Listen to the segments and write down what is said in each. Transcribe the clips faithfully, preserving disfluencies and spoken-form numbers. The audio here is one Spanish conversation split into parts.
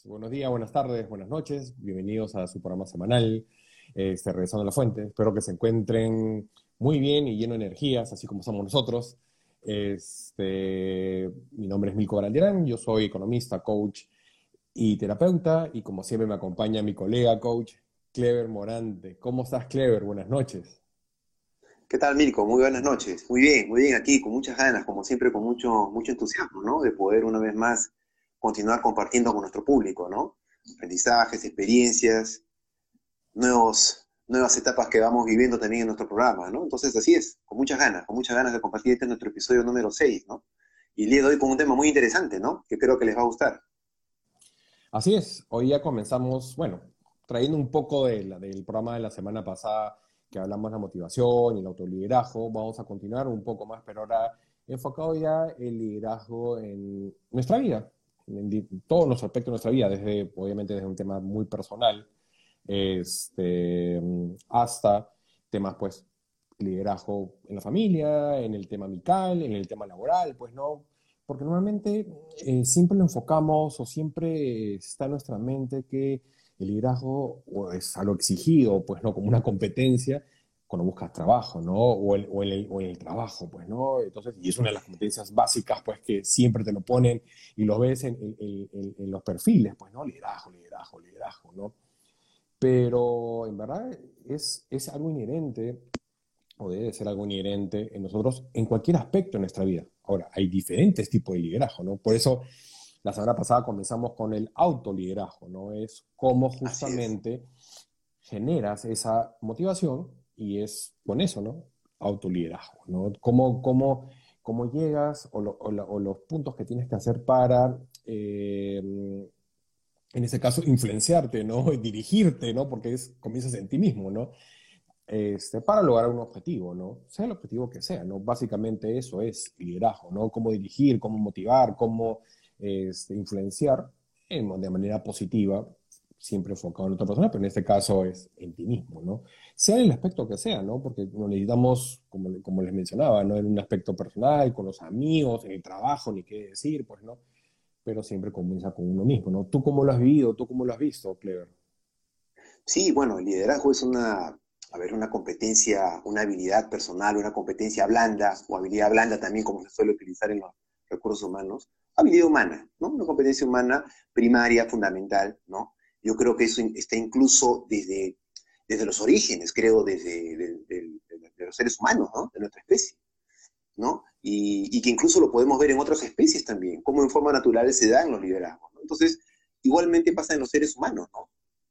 Buenos días, buenas tardes, buenas noches. Bienvenidos a su programa semanal, este, Regresando a la Fuente. Espero que se encuentren muy bien y lleno de energías, así como somos nosotros. Este, mi nombre es Milko Barandiarán, yo soy economista, coach y terapeuta, y como siempre me acompaña mi colega coach, Clever Morante. ¿Cómo estás, Clever? Buenas noches. ¿Qué tal, Mirko? Muy buenas noches. Muy bien, muy bien aquí, con muchas ganas, como siempre, con mucho, mucho entusiasmo, ¿no? De poder una vez más continuar compartiendo con nuestro público, ¿no? Aprendizajes, experiencias, nuevos, nuevas etapas que vamos viviendo también en nuestro programa, ¿no? Entonces, así es, con muchas ganas, con muchas ganas de compartir este nuestro episodio número seis, ¿no? Y el día de hoy con un tema muy interesante, ¿no? Que creo que les va a gustar. Así es, hoy ya comenzamos, bueno, trayendo un poco de la- del programa de la semana pasada que hablamos de la motivación y el autoliderazgo, vamos a continuar un poco más, pero ahora enfocado ya el liderazgo en nuestra vida, en di- todos los aspectos de nuestra vida, desde, obviamente, desde un tema muy personal, este, hasta temas, pues, liderazgo en la familia, en el tema amical, en el tema laboral, pues, ¿no? Porque normalmente eh, siempre lo enfocamos o siempre está en nuestra mente que el liderazgo o es algo exigido, pues, ¿no? Como una competencia cuando buscas trabajo, ¿no? O, el- o en el, o en el trabajo, pues, ¿no? Entonces, y es una de las competencias básicas, pues, que siempre te lo ponen y lo ves en, en- en- en los perfiles, pues, ¿no? Liderazgo, liderazgo, liderazgo, ¿no? Pero en verdad es, es algo inherente o debe ser algo inherente en nosotros en cualquier aspecto de nuestra vida. Ahora, hay diferentes tipos de liderazgo, ¿no? Por eso la semana pasada comenzamos con el autoliderazgo, ¿no? Es cómo Así es. justamente generas esa motivación y es con eso, ¿no? Autoliderazgo, ¿no? Cómo, cómo, cómo llegas o, lo, o, la, o, los puntos que tienes que hacer para, eh, en ese caso, influenciarte, ¿no? Y dirigirte, ¿no? Porque es, comienzas en ti mismo, ¿no? Este, para lograr un objetivo, ¿no? Sea el objetivo que sea, ¿no? Básicamente eso es liderazgo, ¿no? Cómo dirigir, cómo motivar, cómo este, influenciar en- de manera positiva, siempre enfocado en otra persona, pero en este caso es en ti mismo, ¿no? Sea en el aspecto que sea, ¿no? Porque no necesitamos, como, como les mencionaba, ¿no? En un aspecto personal, con los amigos, en el trabajo, ni qué decir, pues, ¿no? Pero siempre comienza con uno mismo, ¿no? ¿Tú cómo lo has vivido? ¿Tú cómo lo has visto, Clever? Sí, bueno, el liderazgo es una, a ver, una competencia, una habilidad personal, una competencia blanda, o habilidad blanda también, como se suele utilizar en los recursos humanos, habilidad humana, ¿no? Una competencia humana primaria, fundamental, ¿no? Yo creo que eso in- está incluso desde, desde los orígenes, creo, desde de, de- de- de los seres humanos, ¿no? De nuestra especie, ¿no? Y, y que incluso lo podemos ver en otras especies también, como en forma natural se dan los liderazgos, ¿no? Entonces, igualmente pasa en los seres humanos, ¿no?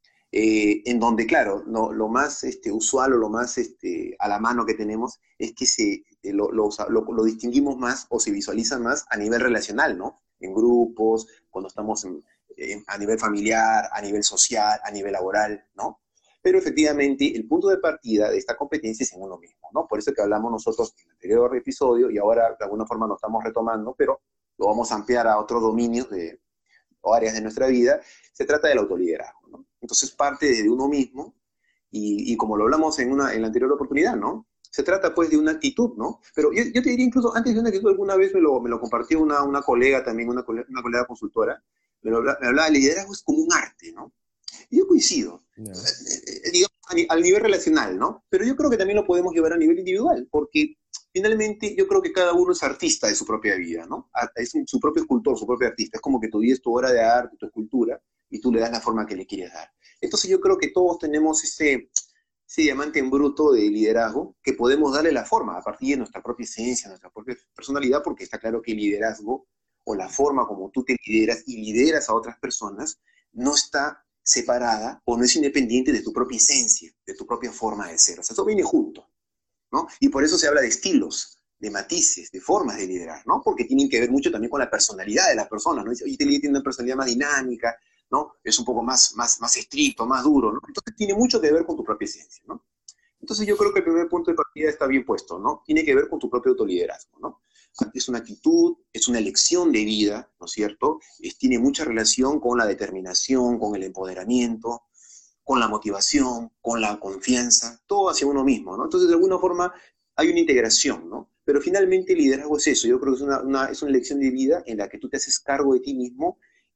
Eh, en donde, claro, no, lo más este, usual o lo más este, a la mano que tenemos es que se, eh, lo, lo, lo, lo, distinguimos más o se visualiza más a nivel relacional, ¿no? En grupos, cuando estamos en, en, a nivel familiar, a nivel social, a nivel laboral, ¿no? Pero efectivamente, el punto de partida de esta competencia es en uno mismo, ¿no? Por eso que hablamos nosotros en el anterior episodio y ahora de alguna forma lo estamos retomando, pero lo vamos a ampliar a otros dominios de, o áreas de nuestra vida, se trata del autoliderazgo, ¿no? Entonces parte de uno mismo y, y como lo hablamos en, una, en la anterior oportunidad, ¿no? Se trata pues de una actitud, ¿no? Pero yo, yo te diría incluso antes de una actitud, alguna vez me lo, me lo compartió una, una colega también, una, colega, una colega consultora, me, lo, me hablaba de liderazgo es como un arte, ¿no? Y yo coincido, Yeah. eh, eh, digamos, a, a nivel relacional, ¿no? Pero yo creo que también lo podemos llevar a nivel individual, porque finalmente yo creo que cada uno es artista de su propia vida, ¿no? Es un, su propio escultor, su propio artista. Es como que tú vives tu obra de arte, tu escultura, y tú le das la forma que le quieres dar. Entonces yo creo que todos tenemos ese, ese diamante en bruto de liderazgo que podemos darle la forma a partir de nuestra propia esencia, nuestra propia personalidad, porque está claro que el liderazgo o la forma como tú te lideras y lideras a otras personas no está separada o no es independiente de tu propia esencia, de tu propia forma de ser. O sea, eso viene junto, ¿no? Y por eso se habla de estilos, de matices, de formas de liderar, ¿no? Porque tienen que ver mucho también con la personalidad de las personas, ¿no? Dice, oye, este líder tiene una personalidad más dinámica, ¿no? Es un poco más, más, más estricto, más duro, ¿no? Entonces tiene mucho que ver con tu propia esencia, ¿no? Entonces yo creo que el primer punto de partida está bien puesto, ¿no? Tiene que ver con tu propio autoliderazgo, ¿no? Es una actitud, es una elección de vida, ¿no es cierto? Es, tiene mucha relación con la determinación, con el empoderamiento, con la motivación, con la confianza, todo hacia uno mismo, ¿no? Entonces, de alguna forma, hay una integración, ¿no? Pero finalmente el liderazgo es eso, yo creo que es una, una, es una elección de vida en la que tú te haces cargo de ti mismo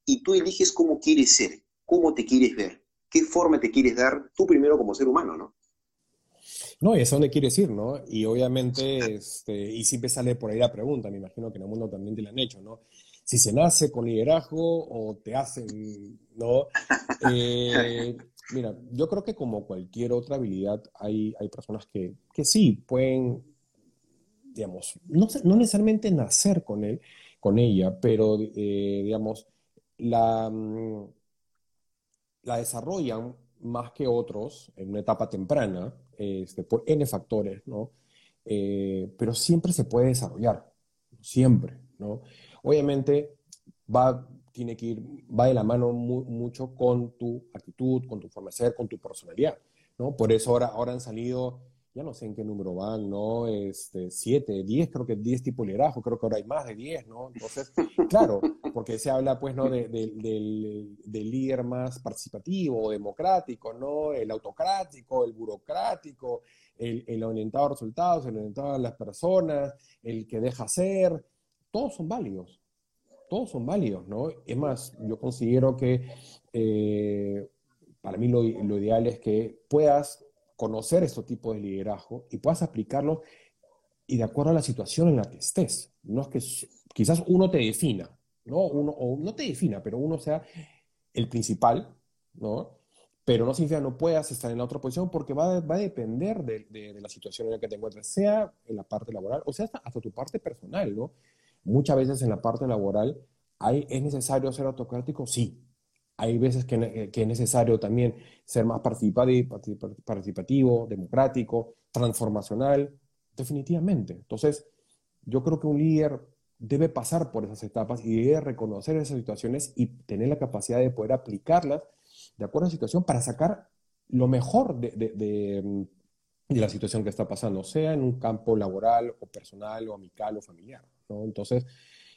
y tú eliges cómo quieres ser, cómo te quieres ver, qué forma te quieres dar tú primero como ser humano, ¿no? No, y es a dónde quieres ir, ¿no? Y obviamente, este, y siempre sale por ahí la pregunta, me imagino que en el mundo también te la han hecho, ¿no? Si se nace con liderazgo o te hacen, ¿no? Eh, mira, yo creo que como cualquier otra habilidad, hay, hay personas que, que sí pueden, digamos, no, se- no necesariamente nacer con él, con ella, pero, eh, digamos, la, mm, la desarrollan más que otros en una etapa temprana, este, por N factores, ¿no? Eh, pero siempre se puede desarrollar, siempre, ¿no? Obviamente va, tiene que ir, va de la mano mu- mucho con tu actitud, con tu forma de ser, con tu personalidad, ¿no? Por eso ahora, ahora han salido, ya no sé en qué número van, ¿no? Este, siete, diez, creo que diez tipos de liderazgo, creo que ahora hay más de diez, ¿no? Entonces, claro, porque se habla, pues, ¿no? De, de, del, del líder más participativo, democrático, ¿no? El autocrático, el burocrático, el, el orientado a resultados, el orientado a las personas, el que deja ser, todos son válidos, todos son válidos, ¿no? Es más, yo considero que eh, para mí lo, lo ideal es que puedas conocer estos tipos de liderazgo y puedas aplicarlos y de acuerdo a la situación en la que estés. No es que quizás uno te defina, ¿no? Uno, o no te defina, pero uno sea el principal, ¿no? Pero no significa que no puedas estar en la otra posición porque va, va a depender de, de, de, la situación en la que te encuentres, sea en la parte laboral o sea hasta, hasta tu parte personal, ¿no? Muchas veces en la parte laboral hay, es necesario ser autocrático, sí. Hay veces que, que es necesario también ser más participativo, participativo, democrático, transformacional, definitivamente. Entonces, yo creo que un líder debe pasar por esas etapas y debe reconocer esas situaciones y tener la capacidad de poder aplicarlas de acuerdo a la situación para sacar lo mejor de, de, de, de la situación que está pasando, sea en un campo laboral o personal o amical o familiar, ¿no? Entonces,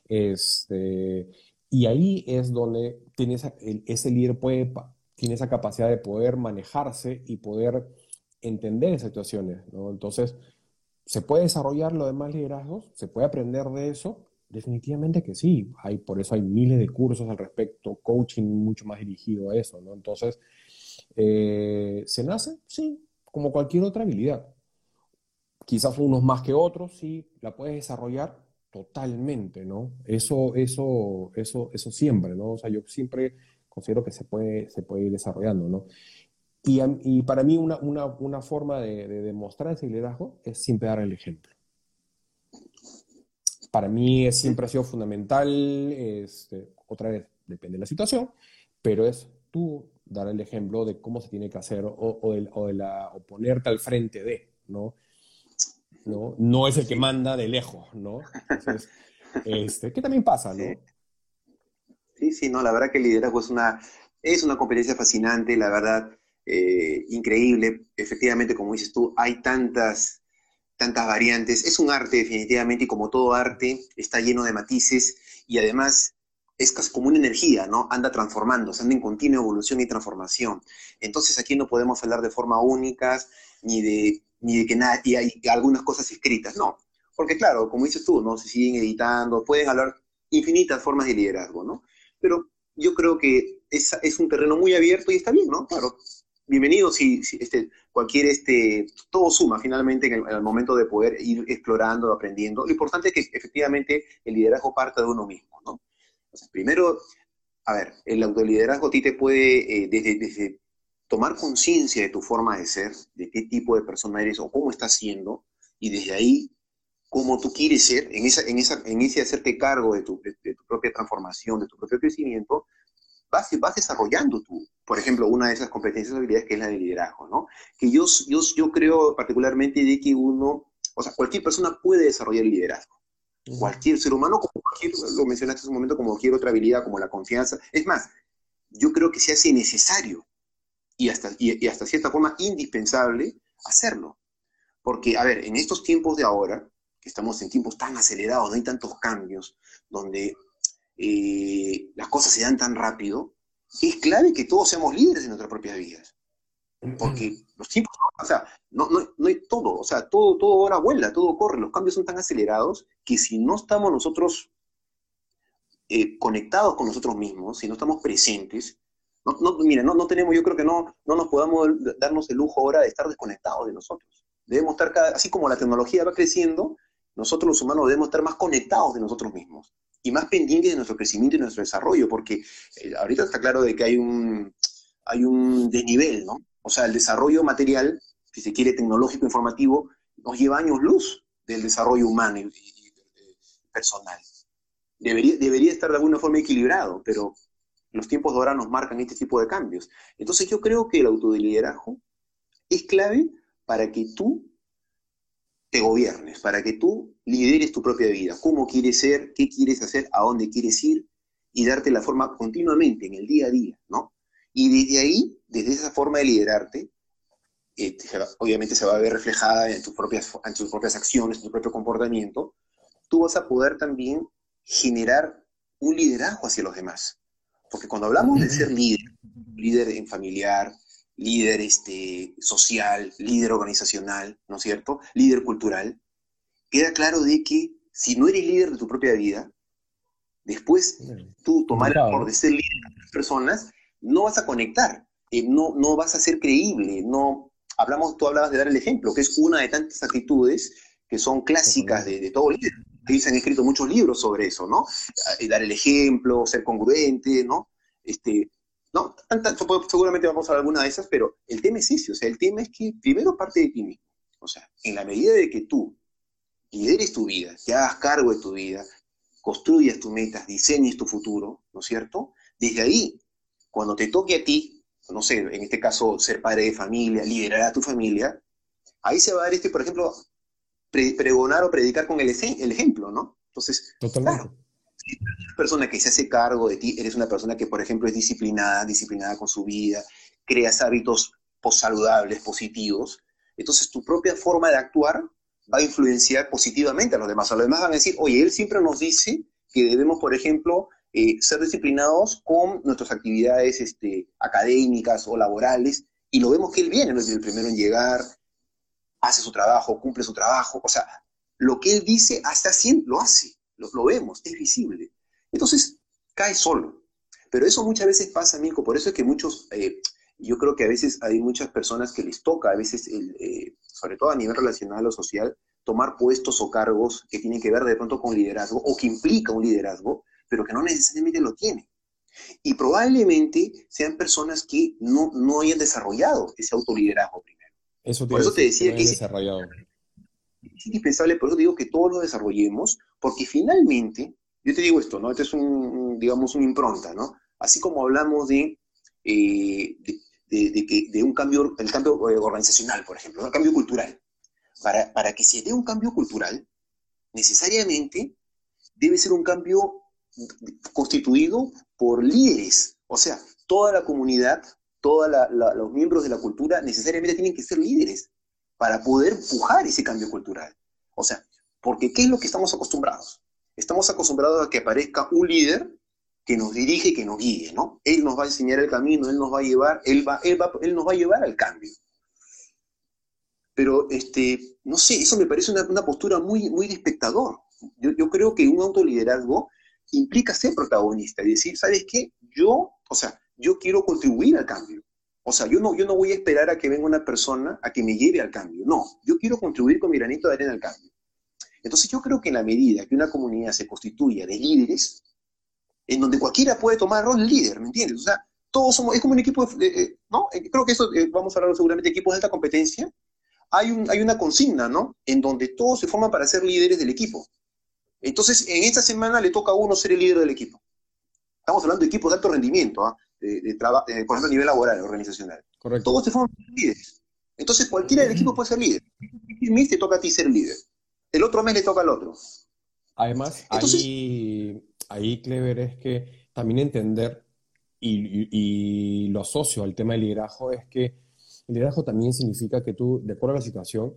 este, y ahí es donde tiene esa, el, ese líder puede, tiene esa capacidad de poder manejarse y poder entender esas situaciones, ¿no? Entonces, ¿se puede desarrollar los demás liderazgos? ¿Se puede aprender de eso? Definitivamente que sí. Hay, por eso hay miles de cursos al respecto, coaching mucho más dirigido a eso, ¿no? Entonces, eh, ¿se nace? Sí, como cualquier otra habilidad. Quizás unos más que otros, sí, la puedes desarrollar totalmente, ¿no? Eso, eso, eso, eso siempre, ¿no? O sea, yo siempre considero que se puede, se puede ir desarrollando, ¿no? Y, a- y para mí una, una, una forma de, de demostrar ese liderazgo es siempre dar el ejemplo. Para mí es, siempre ha sido fundamental, este, otra vez, depende de la situación, pero es tú dar el ejemplo de cómo se tiene que hacer o, o, de, o de la, o ponerte al frente de, ¿no? ¿No? No es el que Sí, manda de lejos, ¿no? Entonces, este, ¿qué también pasa, sí. no? Sí, sí, no, la verdad que el liderazgo es una, es una competencia fascinante, la verdad, eh, increíble. Efectivamente, como dices tú, hay tantas, tantas variantes. Es un arte, definitivamente, y como todo arte, está lleno de matices y además es casi como una energía, ¿no? Anda transformándose, anda en continua evolución y transformación. Entonces aquí no podemos hablar de forma única, ni de, ni de que nada, y hay algunas cosas escritas, no. Porque claro, como dices tú, ¿no? Se siguen editando, pueden hablar infinitas formas de liderazgo, ¿no? Pero yo creo que es, es un terreno muy abierto y está bien, ¿no? Claro, bienvenido si, si este, cualquier, este, todo suma finalmente en el, en el, momento de poder ir explorando, aprendiendo. Lo importante es que efectivamente el liderazgo parta de uno mismo, ¿no? O sea, primero, a ver, el autoliderazgo a ti te puede, eh, desde, desde tomar conciencia de tu forma de ser, de qué tipo de persona eres o cómo estás siendo, y desde ahí cómo tú quieres ser, en, esa, en, esa, en ese hacerte cargo de tu, de, de tu propia transformación, de tu propio crecimiento, vas, vas desarrollando tú. Por ejemplo, una de esas competencias o habilidades que es la de liderazgo, ¿no? Que yo, yo, yo creo particularmente de que uno, o sea, cualquier persona puede desarrollar el liderazgo. Uh -huh. Cualquier ser humano, como cualquier, lo mencionaste hace un momento, como cualquier otra habilidad, como la confianza. Es más, yo creo que se hace necesario y hasta, y, y hasta cierta forma indispensable hacerlo. Porque, a ver, en estos tiempos de ahora, que estamos en tiempos tan acelerados, no hay tantos cambios, donde eh, las cosas se dan tan rápido, es clave que todos seamos líderes en nuestras propias vidas. Porque los tiempos, o sea, no, no, no hay todo, o sea, todo, todo ahora vuela, todo corre, los cambios son tan acelerados que si no estamos nosotros eh, conectados con nosotros mismos, si no estamos presentes, no, no, mira, no, no tenemos, yo creo que no, no nos podamos darnos el lujo ahora de estar desconectados de nosotros. Debemos estar, cada, así como la tecnología va creciendo, nosotros los humanos debemos estar más conectados de nosotros mismos y más pendientes de nuestro crecimiento y nuestro desarrollo, porque eh, ahorita está claro de que hay un, hay un desnivel, ¿no? O sea, el desarrollo material, si se quiere tecnológico, informativo, nos lleva años luz del desarrollo humano y, y, y personal. Debería, debería estar de alguna forma equilibrado, pero los tiempos de ahora nos marcan este tipo de cambios. Entonces yo creo que el autoliderazgo es clave para que tú te gobiernes, para que tú lideres tu propia vida, cómo quieres ser, qué quieres hacer, a dónde quieres ir, y darte la forma continuamente, en el día a día, ¿no? Y desde ahí, desde esa forma de liderarte, eh, obviamente se va a ver reflejada en tus, propias, en tus propias acciones, en tu propio comportamiento, tú vas a poder también generar un liderazgo hacia los demás. Porque cuando hablamos de ser líder, líder en familiar, líder este, social, líder organizacional, ¿no es cierto? Líder cultural, queda claro de que si no eres líder de tu propia vida, después tú tomar el rol de ser líder de otras personas, no vas a conectar, eh, no, no vas a ser creíble, no... Hablamos, tú hablabas de dar el ejemplo, que es una de tantas actitudes que son clásicas de, de todo líder. Ahí se han escrito muchos libros sobre eso, ¿no? Dar el ejemplo, ser congruente, ¿no? Este, ¿no? Seguramente vamos a ver alguna de esas, pero el tema es ese, o sea, el tema es que primero parte de ti mismo. O sea, en la medida de que tú lideres tu vida, te hagas cargo de tu vida, construyas tus metas, diseñes tu futuro, ¿no es cierto? Desde ahí, cuando te toque a ti, no sé, en este caso ser padre de familia, liderar a tu familia, ahí se va a dar este, por ejemplo, pre pregonar o predicar con el, el ejemplo, ¿no? Entonces, totalmente. Claro, si eres una persona que se hace cargo de ti, eres una persona que, por ejemplo, es disciplinada, disciplinada con su vida, creas hábitos saludables, positivos, entonces tu propia forma de actuar va a influenciar positivamente a los demás. A los demás van a decir, oye, él siempre nos dice que debemos, por ejemplo, eh, ser disciplinados con nuestras actividades este, académicas o laborales, y lo vemos que él viene, no es el primero en llegar, hace su trabajo, cumple su trabajo, o sea, lo que él dice, hasta así lo hace, lo, lo vemos, es visible. Entonces, cae solo. Pero eso muchas veces pasa, Mirko, por eso es que muchos, eh, yo creo que a veces hay muchas personas que les toca, a veces, el, eh, sobre todo a nivel relacional o social, tomar puestos o cargos que tienen que ver de pronto con liderazgo, o que implica un liderazgo, pero que no necesariamente lo tienen. Y probablemente sean personas que no, no hayan desarrollado ese autoliderazgo primero. Eso te Por iba a eso te decir, que no decía que hayan es, desarrollado. es indispensable, por eso digo que todos lo desarrollemos, porque finalmente, yo te digo esto, ¿no? Este es un, digamos, una impronta, ¿no? Así como hablamos de, eh, de, de, de, que, de un cambio, el cambio organizacional, por ejemplo, ¿no? El cambio cultural. Para, para que se dé un cambio cultural, necesariamente debe ser un cambio constituido por líderes. O sea, toda la comunidad, todos los miembros de la cultura necesariamente tienen que ser líderes para poder empujar ese cambio cultural. O sea, porque ¿qué es lo que estamos acostumbrados? Estamos acostumbrados a que aparezca un líder que nos dirige, que nos guíe, ¿no? Él nos va a enseñar el camino, él nos va a llevar, él, va, él, va, él nos va a llevar al cambio. Pero, este, no sé, eso me parece una, una postura muy, muy de espectador. Yo, yo creo que un autoliderazgo implica ser protagonista y decir, ¿sabes qué? Yo, o sea, yo quiero contribuir al cambio. O sea, yo no, yo no voy a esperar a que venga una persona a que me lleve al cambio. No, yo quiero contribuir con mi granito de arena al cambio. Entonces yo creo que en la medida que una comunidad se constituya de líderes, en donde cualquiera puede tomar rol de líder, ¿me entiendes? O sea, todos somos, es como un equipo, de, eh, ¿no? Creo que eso, eh, vamos a hablar seguramente de equipos de alta competencia. Hay, un, hay una consigna, ¿no? En donde todos se forman para ser líderes del equipo. Entonces, en esta semana le toca a uno ser el líder del equipo. Estamos hablando de equipos de alto rendimiento, ¿eh? de, de traba, de, por ejemplo, a nivel laboral, organizacional. Correcto. Todos se forman líderes. Entonces, cualquiera del equipo puede ser líder. El mes te toca a ti ser líder. El otro mes le toca al otro. Además, Entonces, ahí, ahí, Clever, es que también entender, y, y, y lo asocio al tema del liderazgo, es que el liderazgo también significa que tú, de acuerdo a la situación,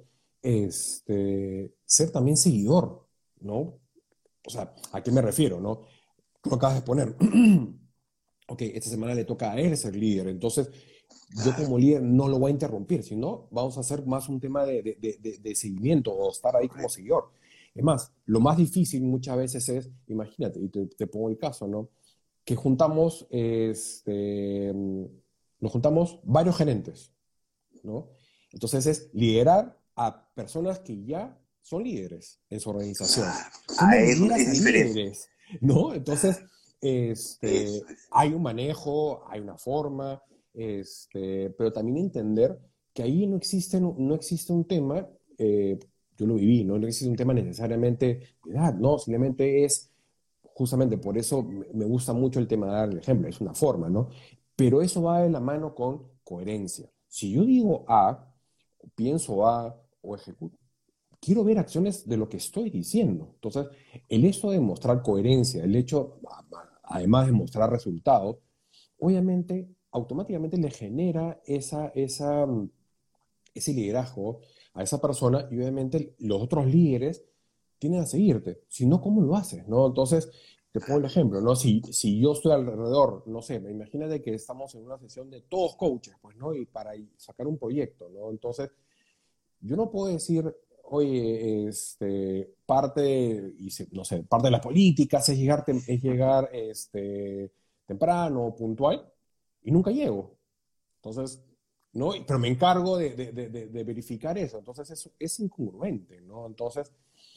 este, ser también seguidor, ¿no? O sea, ¿a qué me refiero, no? Tú acabas de poner, ok, esta semana le toca a él ser líder, entonces yo como líder no lo voy a interrumpir, sino vamos a hacer más un tema de, de, de, de seguimiento o estar ahí como seguidor. Es más, lo más difícil muchas veces es, imagínate, y te, te pongo el caso, ¿no? Que juntamos, este, nos juntamos varios gerentes, ¿no? Entonces es liderar a personas que ya son líderes en su organización. Claro. Ah, ¿Cómo eso lideras es a diferente. líderes? ¿No? Entonces, Eso este, es. hay un manejo, hay una forma, este, pero también entender que ahí no existe, no, no existe un tema, eh, yo lo viví, ¿no? No existe un tema necesariamente de edad, no, simplemente es, justamente por eso me me gusta mucho el tema de dar el ejemplo, es una forma, ¿no? Pero eso va de la mano con coherencia. Si yo digo A, pienso A o ejecuto, quiero ver acciones de lo que estoy diciendo. Entonces, el hecho de mostrar coherencia, el hecho, además de mostrar resultados, obviamente, automáticamente le genera esa, esa, ese liderazgo a esa persona y obviamente los otros líderes tienen a seguirte. Si no, ¿cómo lo haces? ¿No? Entonces, te pongo el ejemplo, ¿no? Si, si yo estoy alrededor, no sé, imagínate que estamos en una sesión de todos coaches, pues, ¿no? Y para sacar un proyecto, ¿no? Entonces, yo no puedo decir, oye, este, parte, y se- no sé, parte de las políticas es llegar, tem- es llegar este, temprano, puntual, y nunca llego. Entonces, ¿no? Pero me encargo de, de- de- de- de verificar eso. Entonces, eso es incongruente, ¿no? Entonces,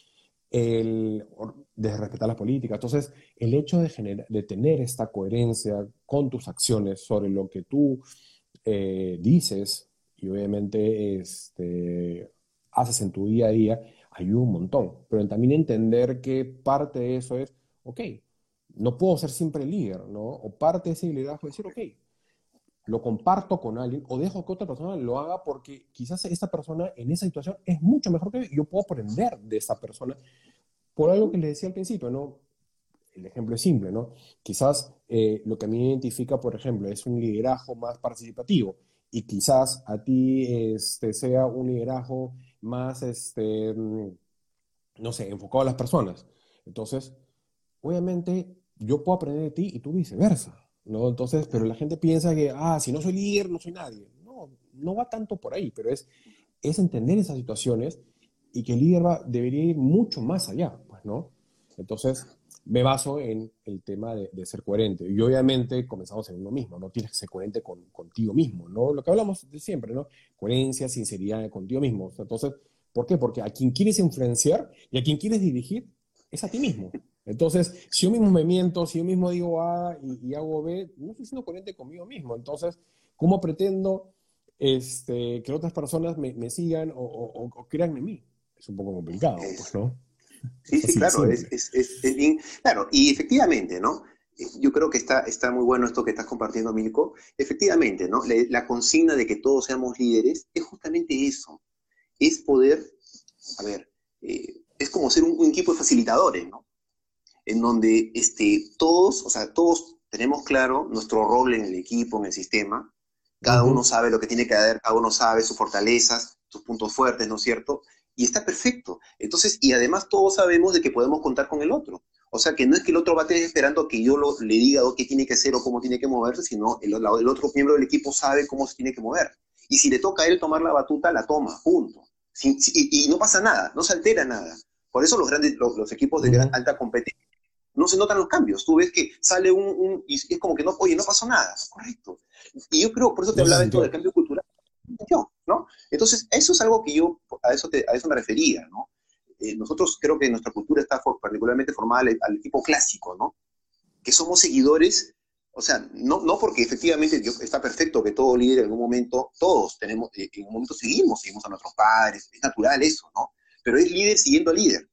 el, de respetar las políticas. Entonces, el hecho de, generar, de tener esta coherencia con tus acciones sobre lo que tú eh, dices y obviamente este, haces en tu día a día, ayuda un montón. Pero también entender que parte de eso es, ok, no puedo ser siempre el líder, ¿no? O parte de ese liderazgo es decir, ok, lo comparto con alguien o dejo que otra persona lo haga porque quizás esta persona en esa situación es mucho mejor que yo y yo puedo aprender de esa persona por algo que les decía al principio, ¿no? El ejemplo es simple, ¿no? Quizás eh, lo que a mí me identifica, por ejemplo, es un liderazgo más participativo y quizás a ti este, sea un liderazgo más, este, mm, no sé, enfocado a las personas. Entonces, obviamente, yo puedo aprender de ti y tú viceversa, ¿no? Entonces, pero la gente piensa que, ah, si no soy líder, no soy nadie. No, no va tanto por ahí, pero es, es entender esas situaciones y que el líder va, debería ir mucho más allá, pues, ¿no? Entonces, me baso en el tema de, de ser coherente. Y obviamente comenzamos en uno mismo, ¿no? Tienes que ser coherente con, contigo mismo, ¿no? Lo que hablamos de siempre, ¿no? Coherencia, sinceridad contigo mismo. Entonces, ¿por qué? Porque a quien quieres influenciar y a quien quieres dirigir es a ti mismo. Entonces, si yo mismo me miento, si yo mismo digo A y, y hago B, no estoy siendo coherente conmigo mismo. Entonces, ¿cómo pretendo este, que otras personas me, me sigan o, o, o crean en mí? Es un poco complicado, pues, Es, ¿no? sí, Es sí, así de claro, es, simple. es, es, es bien, claro, y efectivamente, ¿no? Eh, Yo creo que está, está muy bueno esto que estás compartiendo, Milko. Efectivamente, ¿no? La, la consigna de que todos seamos líderes es justamente eso, es poder, a ver, eh, es como ser un, un equipo de facilitadores, ¿no? En donde este, todos, o sea, todos tenemos claro nuestro rol en el equipo, en el sistema, cada uno Ujú. sabe lo que tiene que hacer, cada uno sabe sus fortalezas, sus puntos fuertes, ¿no es cierto? Y está perfecto. Entonces, y además todos sabemos de que podemos contar con el otro. O sea, que no es que el otro va a tener esperando que yo lo, le diga qué tiene que hacer o cómo tiene que moverse, sino el, la, el otro miembro del equipo sabe cómo se tiene que mover. Y si le toca a él tomar la batuta, la toma, punto. Sin, y, y, no pasa nada, no se altera nada. Por eso los, grandes, los, los equipos de gran, Ujú. alta competencia no se notan los cambios. Tú ves que sale un, un, y es como que no, oye, no pasó nada, correcto. Y yo creo, por eso te No se hablaba esto del sintió. cambio cultural, ¿no? Entonces, eso es algo que yo, a eso, te, a eso me refería, ¿no? Eh, nosotros creo que nuestra cultura está for, particularmente formada al, al tipo clásico, ¿no? Que somos seguidores, o sea, no, no porque efectivamente yo, está perfecto que todo líder en algún momento, todos tenemos, eh, en un momento seguimos, seguimos a nuestros padres, es natural eso, ¿no? Pero es líder siguiendo a líder,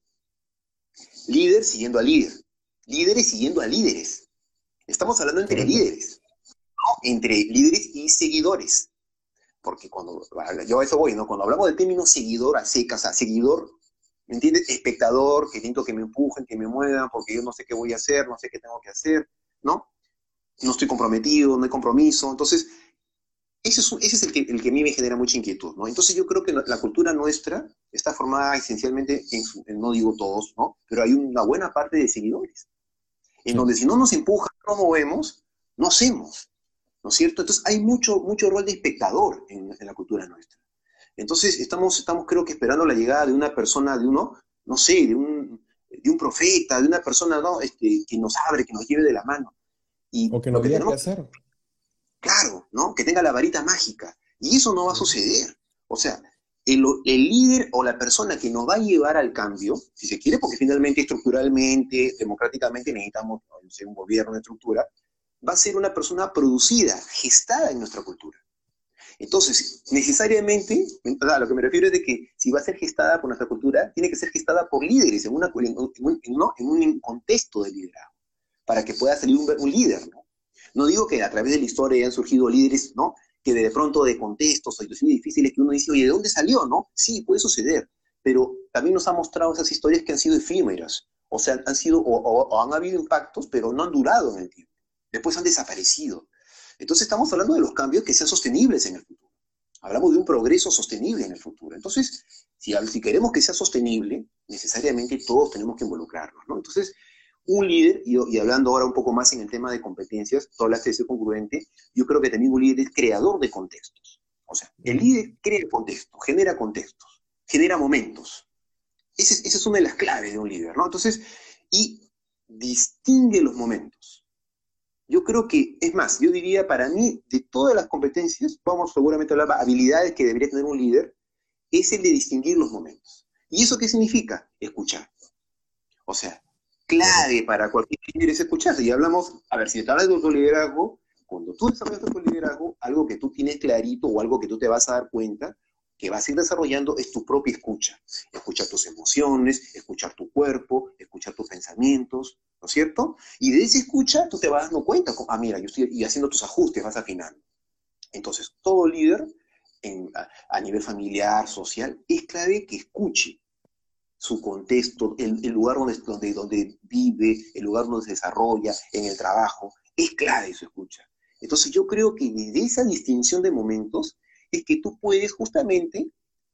líder siguiendo a líder, líderes siguiendo a líderes. Estamos hablando entre Correcto. líderes, ¿no? Entre líderes y seguidores. Porque cuando, yo a eso voy, ¿no? Cuando hablamos del término seguidor a secas, o sea, seguidor, ¿me entiendes? Espectador, que siento que me empujen, que me muevan, porque yo no sé qué voy a hacer, no sé qué tengo que hacer, ¿no? No estoy comprometido, no hay compromiso. Entonces, ese es, ese es el, que, el que a mí me genera mucha inquietud, ¿no? Entonces yo creo que la cultura nuestra está formada esencialmente, en, en, no digo todos, ¿no? Pero hay una buena parte de seguidores, en Sí. donde si no nos empujan, no movemos, no hacemos, ¿no es cierto? Entonces hay mucho, mucho rol de espectador en, en la cultura nuestra. Entonces estamos, estamos creo que esperando la llegada de una persona, de uno, no sé, de un, de un profeta, de una persona, ¿no? Este, que nos abre, que nos lleve de la mano. Y O que lo nos que diga qué tenemos, hacer. claro, ¿no? Que tenga la varita mágica. Y eso no va a Ujú. suceder. O sea, el, el líder o la persona que nos va a llevar al cambio, si se quiere, porque finalmente estructuralmente, democráticamente necesitamos, no sé, un gobierno de estructura, va a ser una persona producida, gestada en nuestra cultura. Entonces, necesariamente, a lo que me refiero es de que si va a ser gestada por nuestra cultura, tiene que ser gestada por líderes en, una, en, un, en, ¿no? en un contexto de liderazgo, para que pueda salir un, un líder, ¿no? No digo que a través de la historia hayan surgido líderes, ¿no? Que de pronto de contextos o situaciones difíciles que uno dice, oye, ¿de dónde salió, no? Sí, puede suceder, pero también nos ha mostrado esas historias que han sido efímeras, o sea, han sido, o, o, o han habido impactos, pero no han durado en el tiempo. Después han desaparecido. Entonces estamos hablando de los cambios que sean sostenibles en el futuro. Hablamos de un progreso sostenible en el futuro. Entonces, si, si queremos que sea sostenible, necesariamente todos tenemos que involucrarnos, ¿no? Entonces, un líder, y, y, hablando ahora un poco más en el tema de competencias, tú hablaste de ser congruente, yo creo que también un líder es creador de contextos. O sea, el Ujú. líder crea contextos, genera contextos, genera momentos. Esa es, esa es una de las claves de un líder, ¿no? Entonces, y distingue los momentos. Yo creo que, es más, yo diría para mí, de todas las competencias, vamos seguramente a hablar de habilidades que debería tener un líder, es el de distinguir los momentos. ¿Y eso qué significa? Escuchar. O sea, clave Correcto. para cualquier líder es escuchar. Y hablamos, a ver, si te hablas de autoliderazgo, cuando tú desarrollas tu liderazgo, algo que tú tienes clarito o algo que tú te vas a dar cuenta que vas a ir desarrollando es tu propia escucha. Escuchar tus emociones, escuchar tu cuerpo, escuchar tus pensamientos, ¿no es cierto? Y de esa escucha tú te vas dando cuenta, ah, mira, yo estoy y haciendo tus ajustes, vas afinando. Entonces, todo líder en, a, a nivel familiar, social, es clave que escuche su contexto, el, el lugar donde, donde, donde vive, el lugar donde se desarrolla, en el trabajo, es clave su escucha. Entonces yo creo que desde esa distinción de momentos es que tú puedes justamente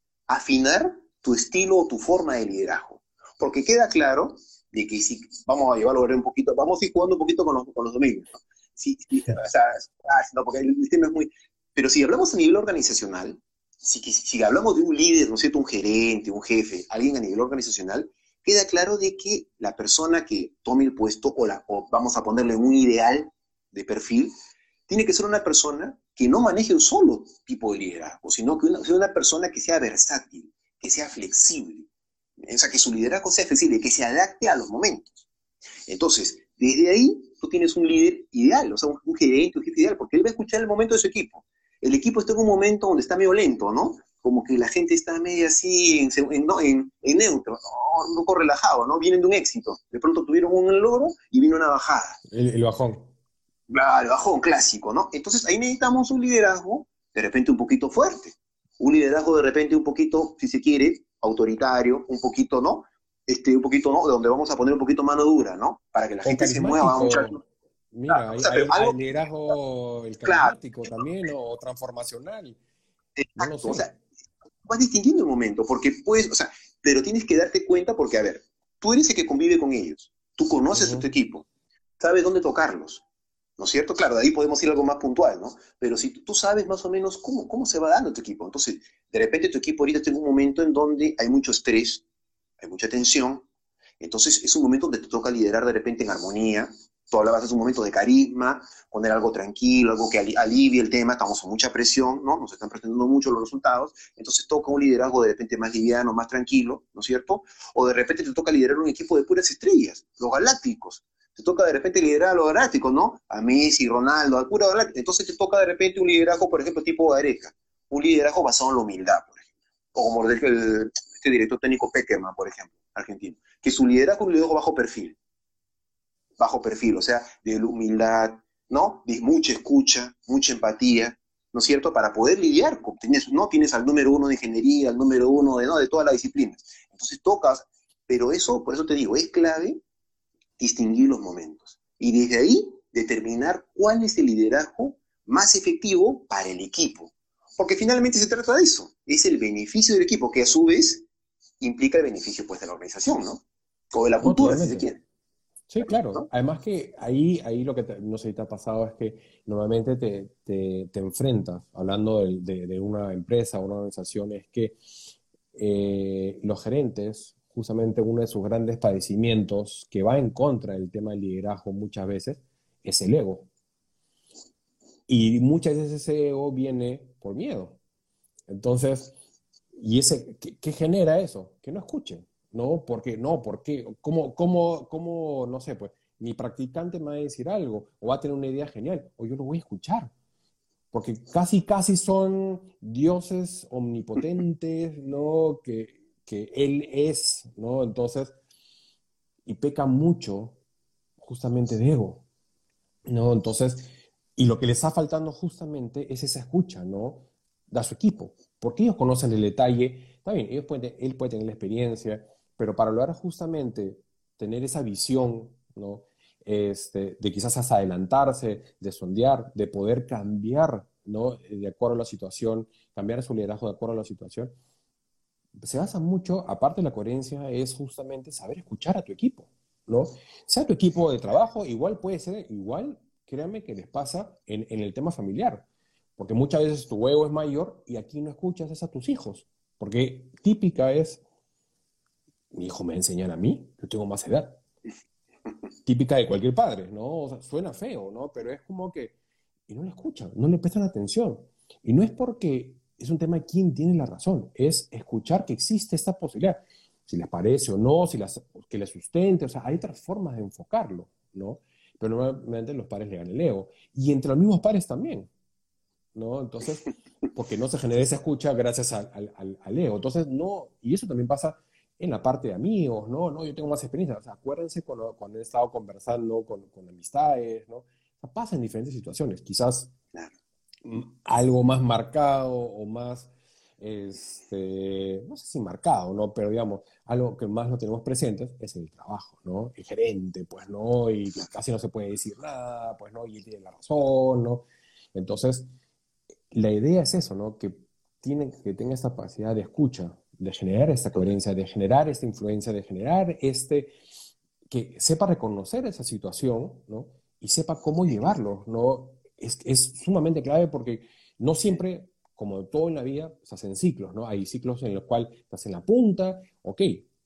afinar tu estilo o tu forma de liderazgo. Porque queda claro de que si vamos a llevarlo un poquito, vamos a ir jugando un poquito con los, con los dominios, ¿no? Si, si, o sea, ah, no, porque el tema es muy... Pero si hablamos a nivel organizacional, si, si hablamos de un líder, ¿no es cierto?, un gerente, un jefe, alguien a nivel organizacional, queda claro de que la persona que tome el puesto, o, la, o vamos a ponerle un ideal de perfil, tiene que ser una persona que no maneje un solo tipo de liderazgo, sino que una, sea una persona que sea versátil, que sea flexible, o sea, que su liderazgo sea flexible, que se adapte a los momentos. Entonces, desde ahí tú tienes un líder ideal, o sea, un, un gerente, un jefe ideal, porque él va a escuchar el momento de su equipo. El equipo está en un momento donde está medio lento, ¿no? Como que la gente está medio así, en, en, no, en, en neutro, no, un poco relajado, ¿no? Vienen de un éxito. De pronto tuvieron un logro y vino una bajada. El, el bajón. Claro, bajón clásico, ¿no? Entonces ahí necesitamos un liderazgo de repente un poquito fuerte, un liderazgo de repente un poquito, si se quiere, autoritario, un poquito, ¿no? Este, un poquito, ¿no? Donde vamos a poner un poquito mano dura, ¿no? Para que la O gente se mueva, muchachos. carismático. Mira, Claro, o hay, sea, pero hay, hay algo, liderazgo el claro, carismático también o transformacional. No lo exacto, o sé. sea, vas distinguiendo el momento, porque puedes, o sea, pero tienes que darte cuenta porque, a ver, tú eres el que convive con ellos, tú conoces a tu Ujú. equipo, sabes dónde tocarlos, ¿no es cierto? Claro, de ahí podemos ir a algo más puntual, ¿no? Pero si tú sabes más o menos cómo, cómo se va dando tu equipo, entonces, de repente tu equipo ahorita está en un momento en donde hay mucho estrés, hay mucha tensión, entonces es un momento donde te toca liderar de repente en armonía. Tú hablabas de un momento de carisma, poner algo tranquilo, algo que alivie el tema, estamos con mucha presión, ¿no? Nos están presionando mucho los resultados, entonces toca un liderazgo de repente más liviano, más tranquilo, ¿no es cierto? O de repente te toca liderar un equipo de puras estrellas, los galácticos. Te toca de repente liderar a los galácticos, ¿no? A Messi, Ronaldo, al puro galáctico. Entonces te toca de repente un liderazgo, por ejemplo, tipo Gareca, un liderazgo basado en la humildad, por ejemplo. O como lo dijo el, este director técnico Peckerman, por ejemplo, argentino, que su liderazgo es un liderazgo bajo perfil, bajo perfil, o sea, de humildad, ¿no? De mucha escucha, mucha empatía, ¿no es cierto? Para poder lidiar, con, tienes, no tienes al número uno de ingeniería, al número uno de, ¿no? de todas las disciplinas. Entonces tocas, pero eso, por eso te digo, es clave distinguir los momentos. Y desde ahí determinar cuál es el liderazgo más efectivo para el equipo. Porque finalmente se trata de eso, es el beneficio del equipo, que a su vez implica el beneficio pues de la organización, ¿no? O de la No, cultura, si se totalmente. quiere, Sí, claro. ¿no? Además que ahí, ahí lo que te- no sé si te ha pasado es que normalmente te, te, te enfrentas, hablando de, de- de una empresa o una organización, es que eh, los gerentes, justamente uno de sus grandes padecimientos que va en contra del tema del liderazgo muchas veces, es el ego. Y muchas veces ese ego viene por miedo. Entonces, ¿y ese qué, qué genera eso? Que no escuchen, ¿no? Porque, no, ¿por qué? ¿Cómo, cómo, cómo, no sé, pues, mi practicante me va a decir algo, o va a tener una idea genial, o yo lo voy a escuchar? Porque casi, casi son dioses omnipotentes, ¿no? Que, que él es, ¿no? Entonces, y peca mucho justamente de ego, ¿no? Entonces, y lo que le está faltando justamente es esa escucha, ¿no? Da su equipo, porque ellos conocen el detalle, está bien, ellos pueden, él puede tener la experiencia, pero para lograr justamente tener esa visión, ¿no? Este, de quizás hasta adelantarse, de sondear, de poder cambiar, ¿no? De acuerdo a la situación, cambiar su liderazgo de acuerdo a la situación, se basa mucho, aparte de la coherencia, es justamente saber escuchar a tu equipo, ¿no? Sea tu equipo de trabajo, igual puede ser, igual, créanme que les pasa en, en el tema familiar, porque muchas veces tu ego es mayor y aquí no escuchas es a tus hijos, porque típica es, mi hijo me va a enseñar a mí, yo tengo más edad, típica de cualquier padre, ¿no? O sea, suena feo, ¿no? Pero es como que, y no le escuchan, no le prestan atención. Y no es porque es un tema de quién tiene la razón, es escuchar que existe esta posibilidad. Si les parece o no, si las, que les sustente, o sea, hay otras formas de enfocarlo, ¿no? Pero normalmente los padres le dan el ego. Y entre los mismos padres también, ¿no? Entonces, porque no se genera esa escucha gracias al, al, al, al ego. Entonces, no, y eso también pasa en la parte de amigos, ¿no? No, yo tengo más experiencia. O sea, acuérdense cuando, cuando he estado conversando con, con amistades, ¿no? O sea, pasa en diferentes situaciones. Quizás Claro. mm, algo más marcado o más, este, no sé si marcado, ¿no? Pero digamos, algo que más no tenemos presentes es el trabajo, ¿no? El gerente, pues, ¿no? Y casi no se puede decir nada, pues, ¿no? Y él tiene la razón, ¿no? Entonces, la idea es eso, ¿no? Que, tiene, que tenga esta capacidad de escucha, de generar esta coherencia, de generar esta influencia, de generar este, que sepa reconocer esa situación, ¿no? Y sepa cómo Sí, llevarlo, ¿no? Es, es sumamente clave porque no siempre, como todo en la vida, se hacen ciclos, ¿no? Hay ciclos en los cuales estás en la punta, ok,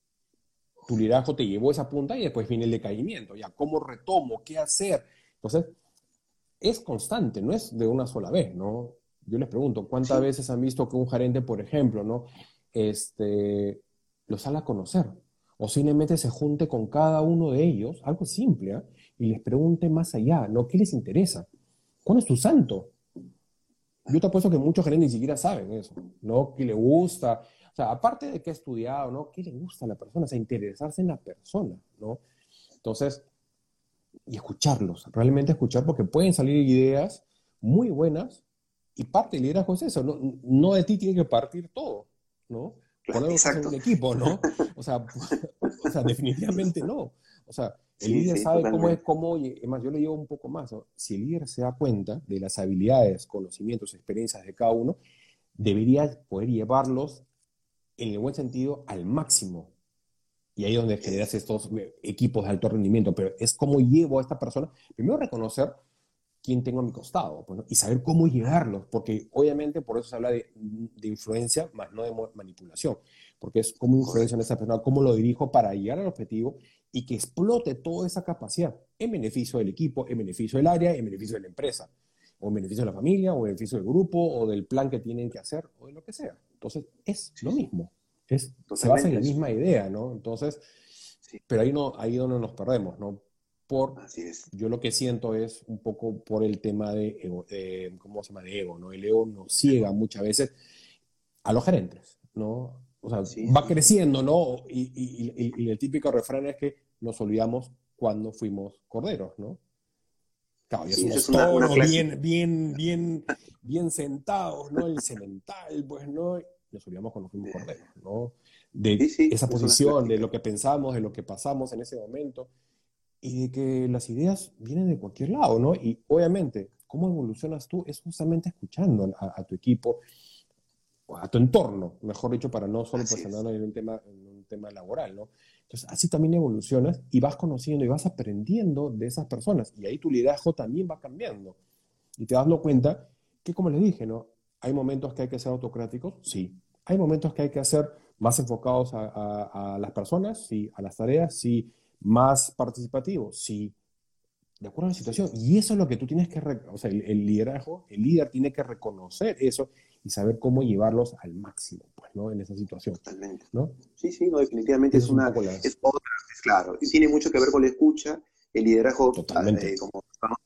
tu liderazgo te llevó a esa punta y después viene el decaimiento, ya, ¿cómo retomo? ¿Qué hacer? Entonces, es constante, no es de una sola vez, ¿no? Yo les pregunto, ¿cuántas sí, veces han visto que un gerente, por ejemplo, ¿no? Este, los sale a conocer? O simplemente se junte con cada uno de ellos, algo simple, ¿eh? Y les pregunte más allá, ¿no? ¿Qué les interesa? ¿Cuál es tu santo? Yo te apuesto que muchos gerentes ni siquiera saben eso, ¿no? ¿Qué le gusta? O sea, aparte de que ha estudiado, ¿no? ¿Qué le gusta a la persona? O sea, interesarse en la persona, ¿no? Entonces, y escucharlos, realmente escuchar, porque pueden salir ideas muy buenas y parte del liderazgo es eso, no, no de ti tiene que partir todo, ¿no? Por claro, algo estás en un exacto. equipo, ¿no? O sea, o sea, definitivamente no. O sea, el Sí, líder sí, sabe cómo es, totalmente. cómo, y además yo le digo un poco más, ¿no? Si el líder se da cuenta de las habilidades, conocimientos, experiencias de cada uno, debería poder llevarlos, en el buen sentido, al máximo, y ahí es donde generas Es, estos eh, equipos de alto rendimiento, pero es cómo llevo a esta persona, primero reconocer quién tengo a mi costado, pues, ¿no? Y saber cómo claro, llevarlos, porque obviamente por eso se habla de, de influencia, más no de manipulación, porque es cómo influencia en correcto. esa persona, cómo lo dirijo para llegar al objetivo y que explote toda esa capacidad en beneficio del equipo, en beneficio del área, en beneficio de la empresa, o en beneficio de la familia, o en beneficio del grupo, o del plan que tienen que hacer, o de lo que sea. Entonces, es Sí, lo sí, mismo, es, se basa en totalmente. la Es, misma idea, ¿no? Entonces, sí, pero ahí no, ahí donde nos perdemos, ¿no? Por, así es. yo lo que siento es un poco por el tema de, ego, de ¿cómo se llama? De ego, ¿no? El ego nos ciega muchas veces a los gerentes, ¿no? O sea, Sí, va sí, sí. creciendo, ¿no? Y, y, y, y el típico refrán es que nos olvidamos cuando fuimos corderos, ¿no? Claro, ya Sí, esa somos es una, una toros clase. bien, bien, bien, bien sentados, ¿no? El cemental, pues, ¿no? Y nos olvidamos cuando fuimos corderos, ¿no? Sí, De sí, esa es una posición, de clásica. lo que pensamos, de lo que pasamos en ese momento y de que las ideas vienen de cualquier lado, ¿no? Y obviamente, cómo evolucionas tú es justamente escuchando a, a tu equipo, o a tu entorno, mejor dicho, para no solo Así personal es. en un tema, en un tema laboral, ¿no? Entonces, así también evolucionas y vas conociendo y vas aprendiendo de esas personas. Y ahí tu liderazgo también va cambiando. Y te das cuenta que, como les dije, ¿no? Hay momentos que hay que ser autocráticos, sí. Hay momentos que hay que hacer Más enfocados a, a, a las personas, sí, a las tareas, sí, más participativos, sí, de acuerdo a la Sí, situación. Y eso es lo que tú tienes que, re- o sea, el, el liderazgo, el líder tiene que reconocer eso y saber cómo llevarlos al máximo, pues, ¿no? En esa situación, totalmente. ¿no? Sí, sí, no, definitivamente Eso es es un una, poco es las, otra, es claro, y tiene mucho que ver con la escucha, el liderazgo, totalmente. eh, como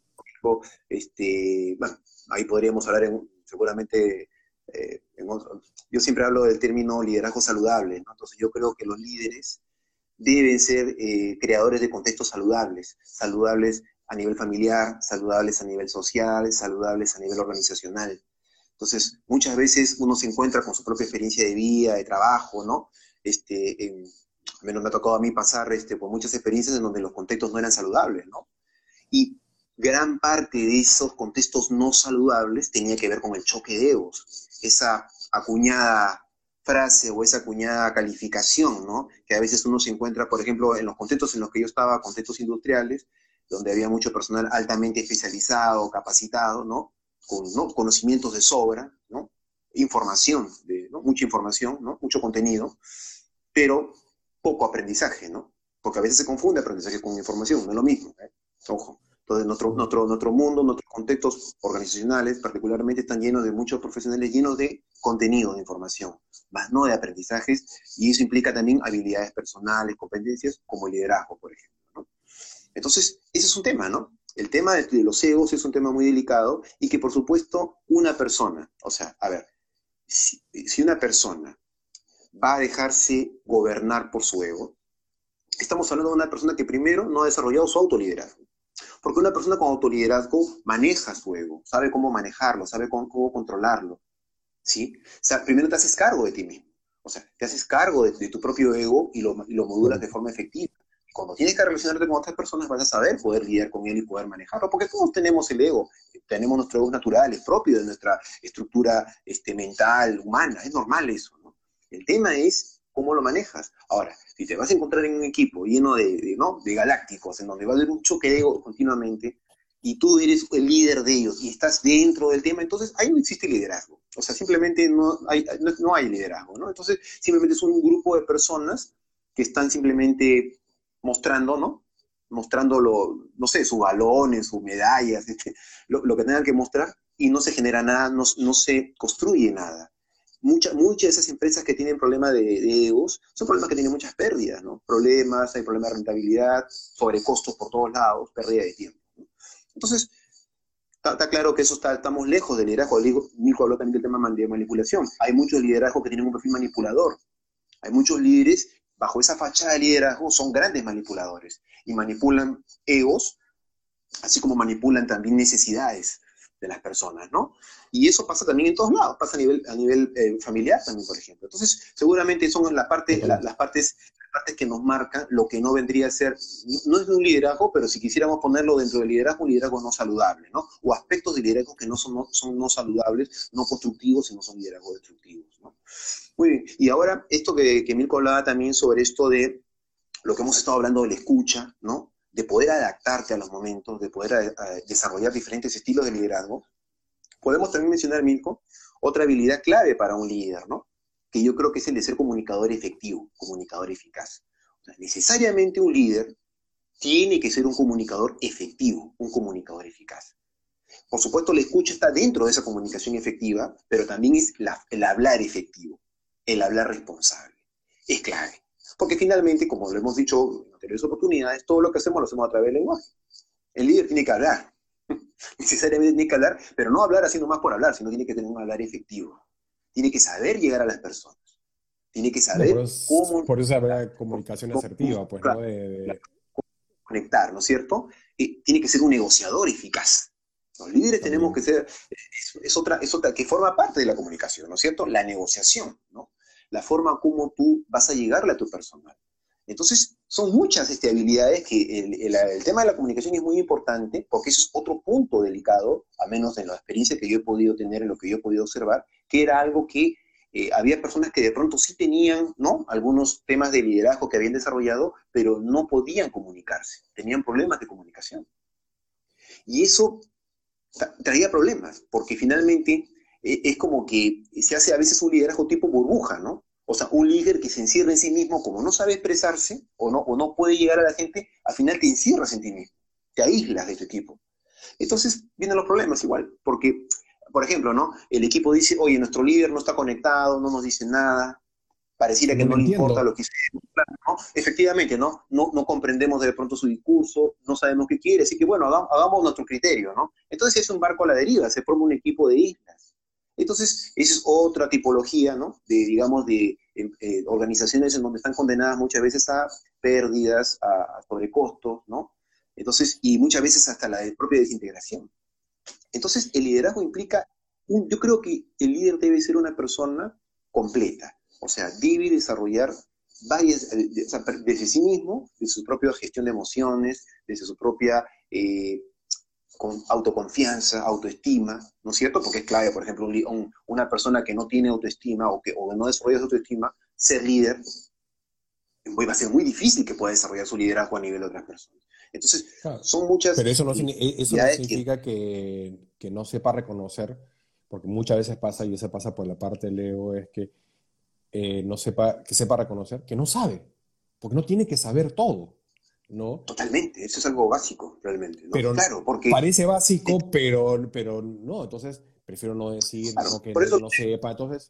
este, bueno, ahí podríamos hablar en, seguramente, eh, en otro, yo siempre hablo del término liderazgo saludable, ¿no? Entonces yo creo que los líderes deben ser eh, creadores de contextos saludables, saludables a nivel familiar, saludables a nivel social, saludables a nivel organizacional. Entonces, muchas veces uno se encuentra con su propia experiencia de vida, de trabajo, ¿no? Este, en, al menos me ha tocado a mí pasar este, por muchas experiencias en donde los contextos no eran saludables, ¿no? Y gran parte de esos contextos no saludables tenía que ver con el choque de egos, esa acuñada frase o esa acuñada calificación, ¿no? Que a veces uno se encuentra, por ejemplo, en los contextos en los que yo estaba, contextos industriales, donde había mucho personal altamente especializado, capacitado, ¿no? Con ¿no? conocimientos de sobra, ¿no? Información, de, ¿no? Mucha información, ¿no? Mucho contenido, pero poco aprendizaje, ¿no? Porque a veces se confunde aprendizaje con información, no es lo mismo, ¿eh? Ojo. Entonces, nuestro, Mm. nuestro, nuestro mundo, nuestros contextos organizacionales, particularmente, están llenos de muchos profesionales llenos de contenido, de información, más no de aprendizajes, y eso implica también habilidades personales, competencias, como el liderazgo, por ejemplo, ¿no? Entonces, ese es un tema, ¿no? El tema de, de los egos es un tema muy delicado y que, por supuesto, una persona, o sea, a ver, si, si una persona va a dejarse gobernar por su ego, estamos hablando de una persona que primero no ha desarrollado su autoliderazgo. Porque una persona con autoliderazgo maneja su ego, sabe cómo manejarlo, sabe cómo, cómo controlarlo, ¿sí? O sea, primero te haces cargo de ti mismo. O sea, te haces cargo de, de tu propio ego y lo, y lo modulas de Correcto. forma efectiva. Cuando tienes que relacionarte con otras personas, vas a saber poder lidiar con él y poder manejarlo, porque todos tenemos el ego, tenemos nuestro ego natural, es propio de nuestra estructura este, mental, humana, es normal eso, ¿no? El tema es cómo lo manejas. Ahora, si te vas a encontrar en un equipo lleno de, de, ¿no? de galácticos, en donde va a haber un choque de ego continuamente, y tú eres el líder de ellos y estás dentro del tema, entonces ahí no existe liderazgo. O sea, simplemente no hay, no, no hay liderazgo, ¿no? Entonces, simplemente es un grupo de personas que están simplemente mostrando, ¿no? Mostrando, lo, no sé, sus balones, sus medallas, este, lo, lo, que tengan que mostrar, y no se genera nada, no, no se construye nada. Muchas mucha de esas empresas que tienen problemas de, de egos son problemas que tienen muchas pérdidas, ¿no? Problemas, hay problemas de rentabilidad, sobrecostos por todos lados, pérdida de tiempo, ¿no? Entonces, está, está claro que eso está, estamos lejos del liderazgo. Nico habló también del tema de manipulación. Hay muchos liderazgos que tienen un perfil manipulador. Hay muchos líderes, bajo esa fachada de liderazgo, son grandes manipuladores y manipulan egos, así como manipulan también necesidades de las personas, ¿no? Y eso pasa también en todos lados, pasa a nivel, a nivel eh, familiar también, por ejemplo. Entonces, seguramente son la parte, la, Totalmente. las, partes, las partes que nos marcan lo que no vendría a ser, no es de un liderazgo, pero si quisiéramos ponerlo dentro del liderazgo, un liderazgo no saludable, ¿no? O aspectos de liderazgo que no son, no, son no saludables, no constructivos, sino son liderazgos destructivos, ¿no? Muy bien, y ahora esto que, que Milko hablaba también sobre esto de lo que hemos estado hablando de la escucha, ¿no? De poder adaptarte a los momentos, de poder a, a desarrollar diferentes estilos de liderazgo. Podemos también mencionar, Milko, otra habilidad clave para un líder, ¿no? Que yo creo que es el de ser comunicador efectivo, comunicador eficaz. O sea, necesariamente un líder tiene que ser un comunicador efectivo, un comunicador eficaz. Por supuesto, la escucha está dentro de esa comunicación efectiva, pero también es la, el hablar efectivo, el hablar responsable. Es clave. Porque finalmente, como lo hemos dicho en anteriores oportunidades, todo lo que hacemos lo hacemos a través del lenguaje. El líder tiene que hablar, necesariamente tiene que hablar, pero no hablar así nomás por hablar, sino tiene que tener un hablar efectivo. Tiene que saber llegar a las personas. Tiene que No, por saber eso, cómo, por eso habrá comunicación cómo, asertiva, pues, ¿no? cómo De, de- conectar, ¿no es cierto? Y tiene que ser un negociador eficaz. Los líderes tenemos que también. ser, es, es, otra, es otra, que forma parte de la comunicación, ¿no es cierto? La negociación, ¿no? La forma como tú vas a llegarle a tu personal. Entonces, son muchas este, habilidades que el, el, el tema de la comunicación es muy importante, porque eso es otro punto delicado, a menos en la experiencia que yo he podido tener, en lo que yo he podido observar, que era algo que eh, había personas que de pronto sí tenían, ¿no? Algunos temas de liderazgo que habían desarrollado, pero no podían comunicarse, tenían problemas de comunicación. Y eso tra traía problemas, porque finalmente eh, es como que se hace a veces un liderazgo tipo burbuja, ¿no? O sea, un líder que se encierra en sí mismo, como no sabe expresarse o no, o no puede llegar a la gente, al final te encierras en ti mismo, te aíslas de tu equipo. Entonces vienen los problemas igual, porque, por ejemplo, ¿no? El equipo dice, oye, nuestro líder no está conectado, no nos dice nada, pareciera que No lo no le importa entiendo. lo que hicimos, ¿no? Efectivamente, ¿no? ¿no? No comprendemos de pronto su discurso, no sabemos qué quiere, así que bueno, hagamos, hagamos nuestro criterio, ¿no? Entonces es un barco a la deriva, se forma un equipo de islas. Entonces, esa es otra tipología, ¿no? De, digamos, de eh, eh, organizaciones en donde están condenadas muchas veces a pérdidas, a, a sobrecostos, ¿no? Entonces, y muchas veces hasta la propia desintegración. Entonces, el liderazgo implica, un, yo creo que el líder debe ser una persona completa, o sea, debe desarrollar varias, o sea, desde sí mismo, de su propia gestión de emociones, desde su propia eh, con autoconfianza, autoestima, ¿no es cierto? Porque es clave, por ejemplo, un, un, una persona que no tiene autoestima o que o no desarrolla su autoestima, ser líder va a ser muy difícil que pueda desarrollar su liderazgo a nivel de otras personas. Entonces, Claro. son muchas Pero eso no, signi- e- eso no actividades que, significa que, que no sepa reconocer, porque muchas veces pasa, y eso pasa por la parte del ego, es que eh, no sepa, que sepa reconocer que no sabe, porque no tiene que saber todo, ¿no? totalmente, eso es algo básico, realmente, ¿no? Pero Claro, porque, parece eh, básico, pero, pero no, entonces prefiero no decir, claro, no que, por no eso, que no sepa, entonces,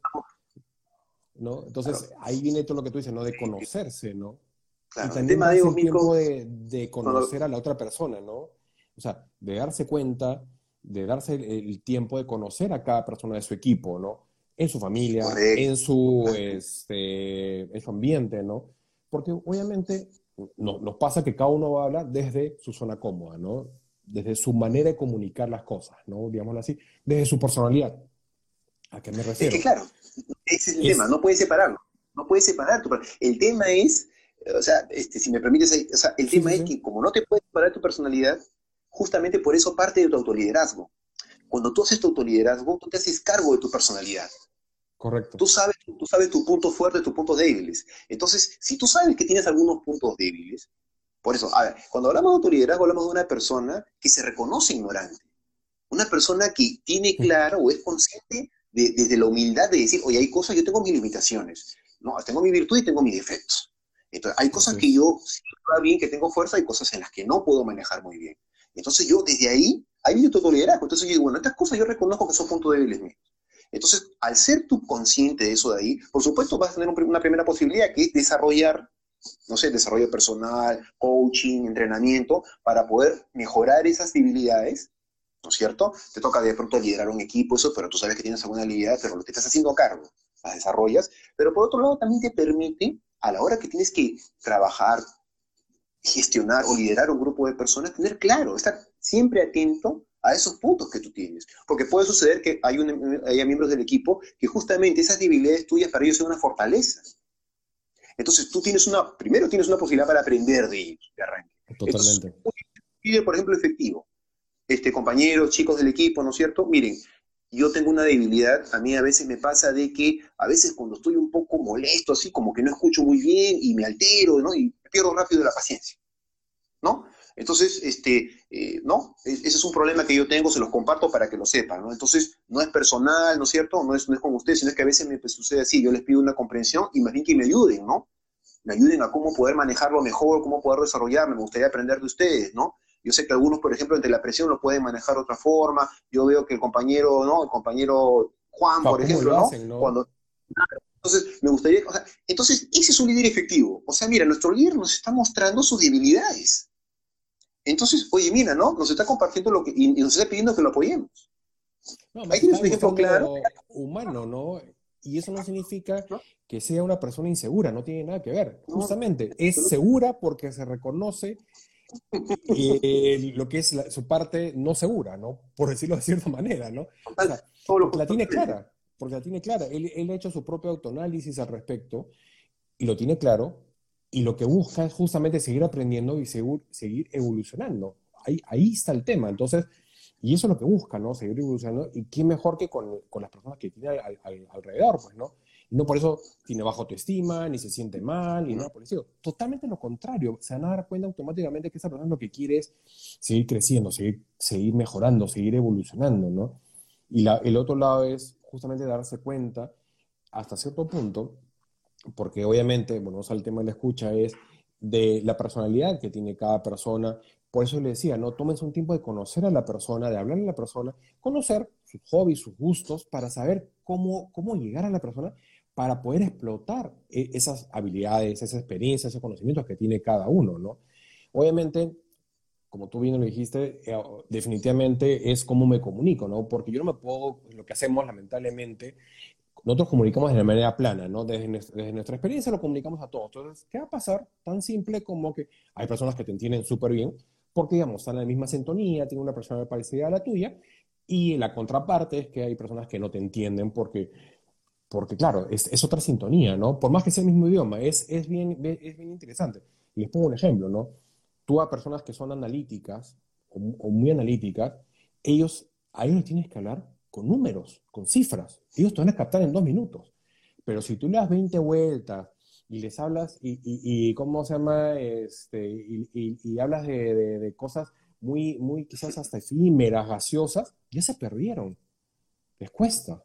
¿no? claro, Entonces ahí viene todo lo que tú dices, ¿no? De conocerse, ¿no? Y claro, el también tema de darse ego, el Mirko, tiempo de, de conocer cuando, a la otra persona, ¿no? O sea, de darse cuenta, de darse el, el tiempo de conocer a cada persona de su equipo, ¿no? En su familia, en correcto, su, totalmente, este, en su ambiente, ¿no? Porque obviamente no, nos pasa que cada uno va a hablar desde su zona cómoda, ¿no? Desde su manera de comunicar las cosas, ¿no? Digámoslo así, desde su personalidad. ¿A qué me es que refiero? claro, ese es el tema, Es, no puedes separarlo, no puedes separar tu, el tema es, o sea, este, si me permites, o sea, el sí, sí, tema es sí, que como no te puedes separar tu personalidad, justamente por eso parte de tu autoliderazgo. Cuando tú haces tu autoliderazgo, tú te haces cargo de tu personalidad. correcto. Tú sabes, tú sabes tus puntos fuertes, tus puntos débiles. Entonces, si tú sabes que tienes algunos puntos débiles, por eso, a ver, cuando hablamos de autoliderazgo, hablamos de una persona que se reconoce ignorante. Una persona que tiene claro o es consciente de, desde la humildad de decir, oye, hay cosas, yo tengo mis limitaciones, ¿no? Tengo mi virtud y tengo mis defectos. Entonces, hay cosas Así que es. yo sí va bien, que tengo fuerza, hay cosas en las que no puedo manejar muy bien. Entonces, yo desde ahí, ahí viene tu autoliderazgo. Entonces, yo digo, bueno, estas cosas yo reconozco que son puntos débiles míos. Entonces, al ser tú consciente de eso de ahí, por supuesto vas a tener un, una primera posibilidad que es desarrollar, no sé, desarrollo personal, coaching, entrenamiento, para poder mejorar esas debilidades, ¿no es cierto? Te toca de pronto liderar un equipo, eso, pero tú sabes que tienes alguna habilidad, pero lo te estás haciendo a cargo, las desarrollas, pero por otro lado también te permite, a la hora que tienes que trabajar, gestionar o liderar un grupo de personas, tener claro, estar siempre atento a esos puntos que tú tienes. Porque puede suceder que hay un, haya miembros del equipo que justamente esas debilidades tuyas para ellos son una fortaleza. Entonces tú tienes una, primero tienes una posibilidad para aprender de ellos, de arranque. Entonces, Totalmente. un líder, por ejemplo, efectivo, este, compañeros, chicos del equipo, ¿no es cierto? Miren, yo tengo una debilidad, a mí a veces me pasa de que a veces cuando estoy un poco molesto, así como que no escucho muy bien y me altero, ¿no? Y pierdo rápido la paciencia, ¿no? Entonces, este, eh, no, ese es un problema que yo tengo, se los comparto para que lo sepan, ¿no? Entonces, no es personal, ¿no es cierto? No es, no es con ustedes, sino es que a veces me pues, sucede así, yo les pido una comprensión y más bien que me ayuden, ¿no? Me ayuden a cómo poder manejarlo mejor, cómo poder desarrollarme, me gustaría aprender de ustedes, ¿no? Yo sé que algunos, por ejemplo, entre la presión lo pueden manejar de otra forma, yo veo que el compañero, ¿no? El compañero Juan, Claro, por ¿cómo ejemplo, lo ¿no? hacen, no? Cuando entonces, me gustaría, o sea, entonces, ese es un líder efectivo. O sea, mira, nuestro líder nos está mostrando sus debilidades. Entonces, oye, mira, ¿no? Nos está compartiendo lo que, y, y nos está pidiendo que lo apoyemos. No, Ahí más está tienes un ejemplo claro, demostrando humano, ¿no? Y eso no significa ¿no? que sea una persona insegura, no tiene nada que ver. No, Justamente, es segura porque se reconoce eh, lo que es la- su parte no segura, ¿no? Por decirlo de cierta manera, ¿no? O total, sea, todo lo porque la tiene contrario. clara, porque la tiene clara. Él, él ha hecho su propio autoanálisis al respecto y lo tiene claro, y lo que busca es justamente seguir aprendiendo y segur- seguir evolucionando. Ahí, ahí está el tema. Entonces, y eso es lo que busca, ¿no? Seguir evolucionando. Y qué mejor que con, con las personas que tiene al, al- alrededor, pues, ¿no? Y no por eso tiene baja autoestima, ni se siente mal, ni ¿No? nada por el estilo. Totalmente lo contrario. Se van a dar cuenta automáticamente que esa persona lo que quiere es seguir creciendo, seguir, seguir mejorando, seguir evolucionando, ¿no? Y la, el otro lado es justamente darse cuenta, hasta cierto punto, porque obviamente, bueno, o sea, el tema de la escucha es de la personalidad que tiene cada persona. Por eso le decía, ¿no? Tómense un tiempo de conocer a la persona, de hablarle a la persona, conocer sus hobbies, sus gustos, para saber cómo, cómo llegar a la persona, para poder explotar eh, esas habilidades, esa experiencia, esos conocimientos que tiene cada uno, ¿no? Obviamente, como tú bien lo dijiste, eh, definitivamente es cómo me comunico, ¿no? Porque yo no me puedo, lo que hacemos lamentablemente, nosotros comunicamos de manera plana, ¿no? Desde, desde nuestra experiencia lo comunicamos a todos. Entonces, ¿qué va a pasar? Tan simple como que hay personas que te entienden súper bien, porque, digamos, están en la misma sintonía, tienen una persona parecida a la tuya, y la contraparte es que hay personas que no te entienden porque, porque claro, es, es otra sintonía, ¿no? Por más que sea el mismo idioma, es, es, bien, es bien interesante. Y les pongo un ejemplo, ¿no? Tú a personas que son analíticas o, o muy analíticas, ellos, a ellos les tienes que hablar con números, con cifras. Ellos te van a captar en dos minutos. Pero si tú le das veinte vueltas y les hablas y, y, y ¿cómo se llama? Este, y, y, y hablas de, de, de cosas muy, muy quizás hasta efímeras, gaseosas, ya se perdieron. Les cuesta.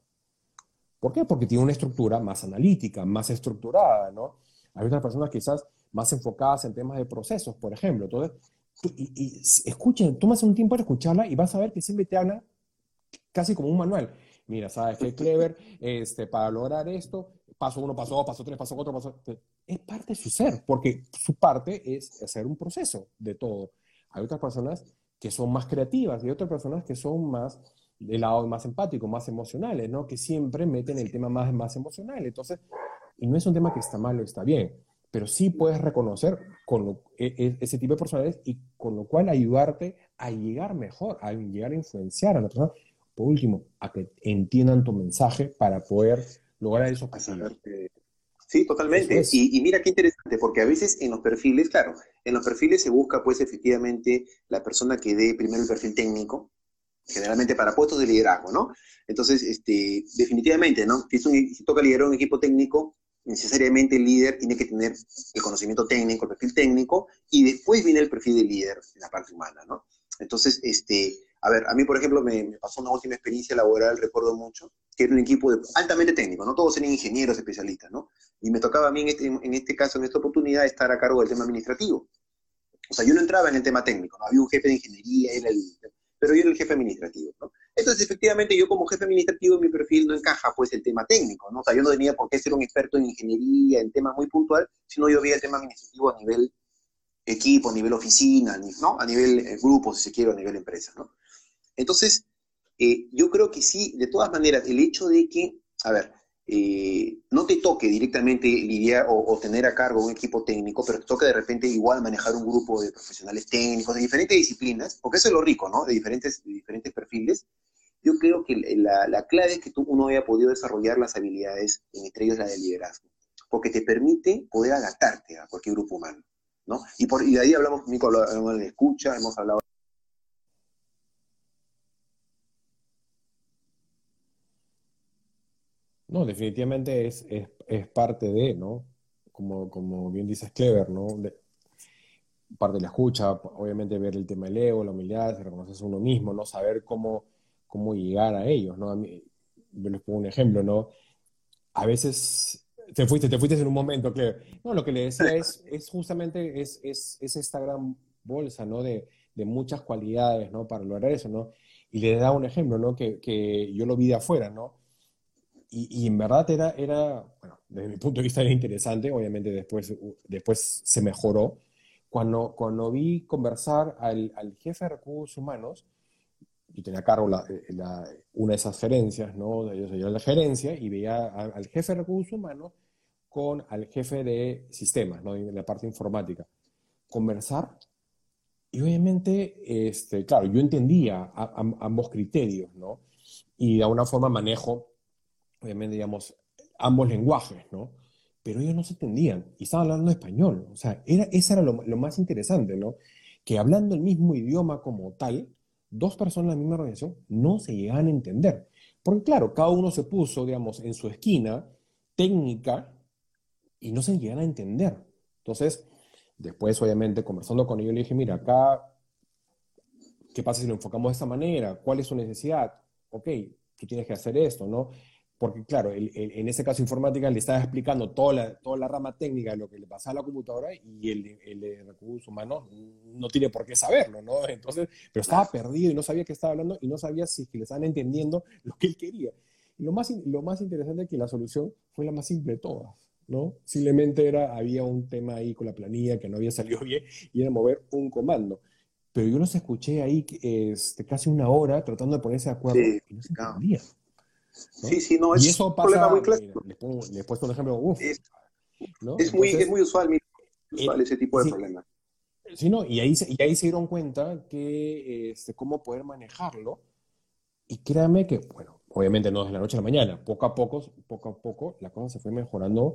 ¿Por qué? Porque tiene una estructura más analítica, más estructurada, ¿no? Hay otras personas quizás más enfocadas en temas de procesos, por ejemplo. Entonces, tú- y, y escuchen, tómase un tiempo para escucharla y vas a ver que siempre te habla casi como un manual. Mira, ¿sabes qué, Clever? Este, para lograr esto, paso uno, paso dos, paso tres, paso cuatro, paso... Es parte de su ser, porque su parte es hacer un proceso de todo. Hay otras personas que son más creativas y otras personas que son más del lado más empático, más emocionales, ¿no? Que siempre meten el tema más, más emocional. Entonces, y no es un tema que está mal o está bien, pero sí puedes reconocer con lo, e, e, ese tipo de personalidades y con lo cual ayudarte a llegar mejor, a llegar a influenciar a la persona. Por último, a que entiendan tu mensaje para poder lograr esos A objetivos. saber que... Sí, Eso totalmente. es. Y, y mira qué interesante, porque a veces en los perfiles, claro, en los perfiles se busca pues efectivamente la persona que dé primero el perfil técnico, generalmente para puestos de liderazgo, ¿no? Entonces, este, definitivamente, ¿no? Si, es un, si toca liderar un equipo técnico, necesariamente el líder tiene que tener el conocimiento técnico, el perfil técnico, y después viene el perfil de líder en la parte humana, ¿no? Entonces, este, a ver, a mí, por ejemplo, me, me pasó una última experiencia laboral, recuerdo mucho, que era un equipo de, altamente técnico, ¿no? Todos eran ingenieros especialistas, ¿no? Y me tocaba a mí en este, en este caso, en esta oportunidad, estar a cargo del tema administrativo. O sea, yo no entraba en el tema técnico, ¿no? Había un jefe de ingeniería, era el, pero yo era el jefe administrativo, ¿no? Entonces, efectivamente, yo como jefe administrativo en mi perfil no encaja, pues, el tema técnico, ¿no? O sea, yo no tenía por qué ser un experto en ingeniería, en temas muy puntual, sino yo veía el tema administrativo a nivel equipo, a nivel oficina, ¿no? A nivel eh, grupo, si se quiere, a nivel empresa, ¿no? Entonces, eh, yo creo que sí, de todas maneras, el hecho de que, a ver, eh, no te toque directamente lidiar o, o, tener a cargo un equipo técnico, pero te toca de repente igual manejar un grupo de profesionales técnicos de diferentes disciplinas, porque eso es lo rico, ¿no? De diferentes, de diferentes perfiles. Yo creo que la, la clave es que tú, uno haya podido desarrollar las habilidades, entre ellos la de liderazgo, porque te permite poder adaptarte a cualquier grupo humano, ¿no? Y, por, y de ahí hablamos, Nico, hablamos de escucha, hemos hablado. No, definitivamente es, es, es parte de, ¿no? Como, como bien dices, Clever, ¿no? De, parte de la escucha, obviamente ver el tema del ego, la humildad, reconocerse a uno mismo, ¿no? Saber cómo, cómo llegar a ellos, ¿no? A mí, yo les pongo un ejemplo, ¿no? A veces te fuiste, te fuiste en un momento, que no, lo que le decía es, es justamente es, es, es esta gran bolsa, ¿no? De, de muchas cualidades, ¿no? Para lograr eso, ¿no? Y le da un ejemplo, ¿no? Que, que yo lo vi de afuera, ¿no? Y, y en verdad era, era, bueno, desde mi punto de vista era interesante, obviamente después, después se mejoró. Cuando, cuando vi conversar al, al jefe de recursos humanos, yo tenía a cargo la, la, una de esas gerencias, ¿no? Yo soy la gerencia y veía a, al jefe de recursos humanos con al jefe de sistemas, ¿no? En la parte informática. Conversar y obviamente, este, claro, yo entendía a, a, ambos criterios, ¿no? Y de alguna forma manejo, obviamente, digamos, ambos lenguajes, ¿no? Pero ellos no se entendían y estaban hablando español. O sea, era, eso era lo, lo más interesante, ¿no? Que hablando el mismo idioma como tal, dos personas de la misma organización no se llegaban a entender. Porque claro, cada uno se puso, digamos, en su esquina técnica y no se llegan a entender. Entonces, después, obviamente, conversando con ellos, le dije, mira, acá, ¿qué pasa si lo enfocamos de esta manera? ¿Cuál es su necesidad? Ok, tú tienes que hacer esto, ¿no? porque claro, el, el, en ese caso informática le estaba explicando toda la, toda la rama técnica de lo que le pasaba a la computadora y el, el de recursos humanos no tiene por qué saberlo, ¿no? Entonces, pero estaba perdido y no sabía qué estaba hablando y no sabía si es que le estaban entendiendo lo que él quería. Y lo más, lo más interesante es que la solución fue la más simple de todas, ¿no? Simplemente era, había un tema ahí con la planilla que no había salido bien y era mover un comando. Pero yo los escuché ahí este, casi una hora tratando de ponerse de acuerdo Sí, y no se complicado. entendían, Sí, ¿no? sí, no, Y es eso un problema muy pasa, mira, clásico. les, pongo, les he puesto un ejemplo, uf, Es, ¿no? es muy, es Entonces, muy usual, mira, muy usual el, ese tipo de sí, problemas. sí, ¿no? Y ahí, se- y ahí se dieron cuenta que, este, cómo poder manejarlo. Y créame que, bueno, obviamente no es de la noche a la mañana, poco a poco, poco a poco, la cosa se fue mejorando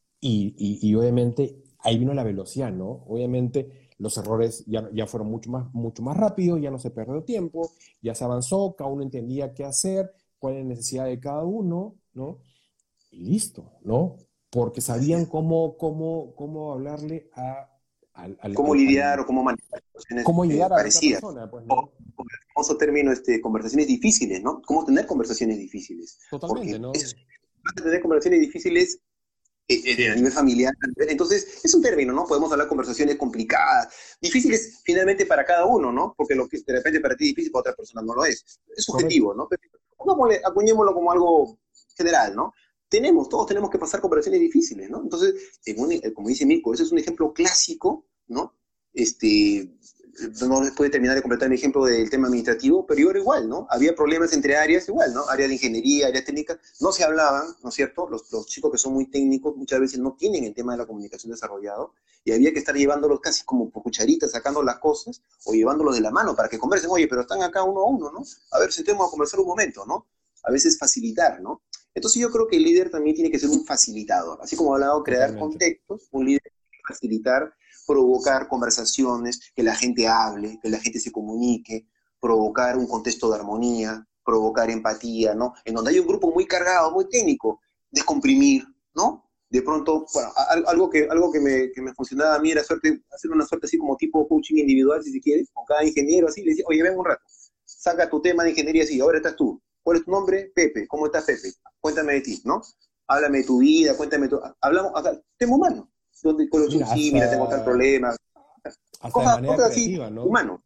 y, y, y obviamente ahí vino la velocidad, ¿no? Obviamente los errores ya, ya fueron mucho más, mucho más rápidos, ya no se perdió tiempo, ya se avanzó, cada uno entendía qué hacer, cuál es la necesidad de cada uno, ¿no? Y listo, ¿no? Porque Así sabían es. cómo, cómo, cómo hablarle a, al, al, Cómo al- lidiar al- o cómo manejar situaciones cómo eh, llegar a la otra parecidas. persona, pues, O, ¿no? o el famoso término, este, conversaciones difíciles, ¿no? Cómo tener conversaciones difíciles. Totalmente, Porque ¿no? eso, tener conversaciones difíciles eh, eh, a Sí, nivel familiar. Entonces, es un término, ¿no? Podemos hablar de conversaciones complicadas, difíciles finalmente para cada uno, ¿no? Porque lo que de repente para ti es difícil, para otra persona no lo es. Es correcto. subjetivo, ¿no? Pero pongámosle, acuñémoslo como algo general, ¿no? Tenemos, todos tenemos que pasar conversaciones difíciles, ¿no? Entonces, según, eh, como dice Mirko, ese es un ejemplo clásico, ¿no? Este, no les puede terminar de completar mi ejemplo del tema administrativo, pero yo era igual, ¿no? Había problemas entre áreas igual, ¿no? Área de ingeniería, área técnica, no se hablaban, ¿no es cierto? Los, los chicos que son muy técnicos muchas veces no tienen el tema de la comunicación desarrollado y había que estar llevándolos casi como por cucharitas, sacando las cosas o llevándolos de la mano para que conversen. Oye, pero están acá uno a uno, ¿no? A ver, sentemos a conversar un momento, ¿no? A veces facilitar, ¿no? Entonces yo creo que el líder también tiene que ser un facilitador, así como he hablado, crear Totalmente. contextos, un líder tiene que facilitar, provocar conversaciones, que la gente hable, que la gente se comunique, provocar un contexto de armonía, provocar empatía, ¿no? En donde hay un grupo muy cargado, muy técnico, descomprimir, ¿no? De pronto, bueno, algo que, algo que, me, que me funcionaba a mí era suerte, hacer una suerte así como tipo coaching individual, si se quiere, con cada ingeniero, así, le decía, oye, ven un rato, saca tu tema de ingeniería así, ahora estás tú. ¿Cuál es tu nombre? Pepe. ¿Cómo estás, Pepe? Cuéntame de ti, ¿no? Háblame de tu vida, cuéntame tu... Hablamos, acá, tema humano. ¿Dónde, Mira, sí, mira, tengo tal hasta, problema. hasta de Cosas, manera cosas así, creativa, ¿no? humano.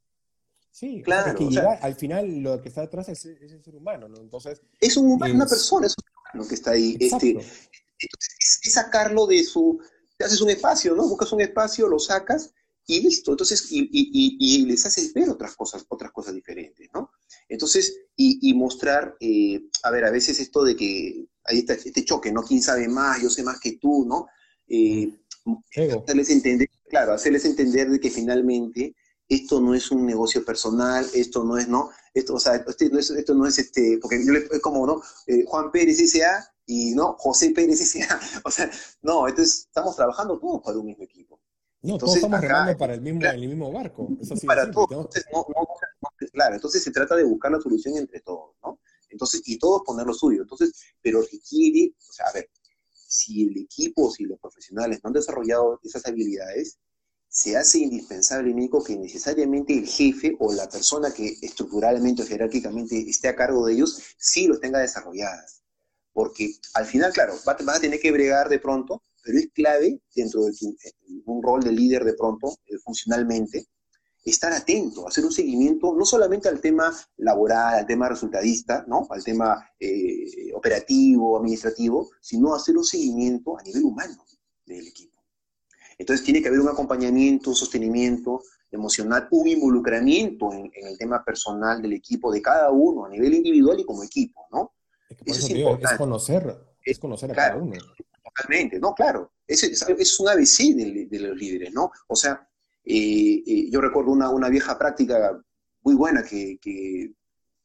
Sí, o sea, es Claro, que o sea, llega, al final lo que está detrás es, es el ser humano, ¿no? Entonces, es un humano, una es persona, es un humano que está ahí. Este, exacto. entonces, es, es sacarlo de su... Te haces un espacio, ¿no? Buscas un espacio, lo sacas y listo. Entonces, y, y, y, y les haces ver otras cosas, otras cosas diferentes, ¿no? Entonces, y, y mostrar, eh, a ver, a veces esto de que hay este, este choque, ¿no? ¿Quién sabe más? Yo sé más que tú, ¿no? Mm, Eh, ego. hacerles entender, claro, hacerles entender de que finalmente esto no es un negocio personal, esto no es, ¿no? Esto, o sea, esto no es, esto no es este, porque yo le, es como, ¿no? Eh, Juan Pérez S A y, ¿no? José Pérez S A O sea, no, entonces estamos trabajando todos para un mismo equipo. No, todos Entonces, estamos acá, remando para el mismo, claro, el mismo barco. Es así de para simple. todos. Tenemos- Entonces, no, no, no, claro, entonces se trata de buscar la solución entre todos, ¿no? Entonces, y todos poner lo suyo. Entonces, pero requiere, o sea, a ver, si el equipo, si los profesionales no han desarrollado esas habilidades, se hace indispensable, Nico, que necesariamente el jefe o la persona que estructuralmente o jerárquicamente esté a cargo de ellos, sí los tenga desarrolladas. Porque al final, claro, vas a tener que bregar de pronto, pero es clave dentro de tu, un rol de líder de pronto, eh, funcionalmente, estar atento, hacer un seguimiento no solamente al tema laboral, al tema resultadista, ¿no? Al tema eh, operativo, administrativo, sino hacer un seguimiento a nivel humano del equipo. Entonces tiene que haber un acompañamiento, un sostenimiento emocional, un involucramiento en, en el tema personal del equipo, de cada uno, a nivel individual y como equipo, ¿no? es que por Eso eso es te digo, es importante. conocer, Eh, es conocer a cada claro, uno. totalmente, no, claro. Ese es, es un A B C de, de, los líderes, ¿no? O sea, eh, eh, yo recuerdo una, una, vieja práctica muy buena que, que,